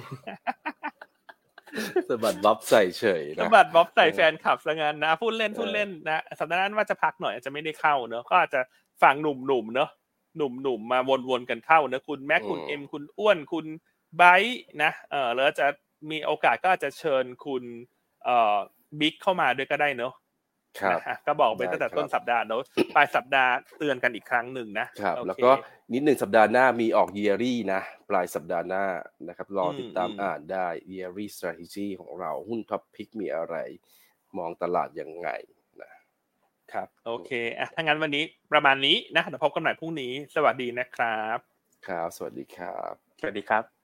สะบัดบ๊อบใส่เฉยสะบัดบ๊อบใส่แฟนคลับซะงั้นนะพูดเล่นพูดเล่นนะสัปดาห์หน้าว่าจะพักหน่อยอาจจะไม่ได้เข้าเนอะก็อาจจะฟังหนุ่มๆเนอะหนุ่มๆมาวนๆกันเข้าเนอะคุณแม็กคุณเอ็มคุณอ้วนคุณไบท์นะเออแล้วจะมีโอกาสก็อาจจะเชิญคุณเอ่อบิ๊กเข้ามาด้วยก็ได้เนอะครับก็บอกไปตั้งแต่ต้นสัปดาห์เนอะปลายสัปดาห์เตือนกันอีกครั้งหนึ่งนะครับแล้วก็นิดหนึ่งสัปดาห์หน้ามีออก Yearly นะปลายสัปดาห์หน้านะครับรอติดตามอ่านได้ Yearly Strategy ของเราหุ้นท็อปพิกมีอะไรมองตลาดยังไงนะครับโอเคอ่ะถ้างั้นวันนี้ประมาณนี้นะเดี๋ยวพบกันใหม่พรุ่งนี้สวัสดีนะครับครับสวัสดีครับสวัสดีครับ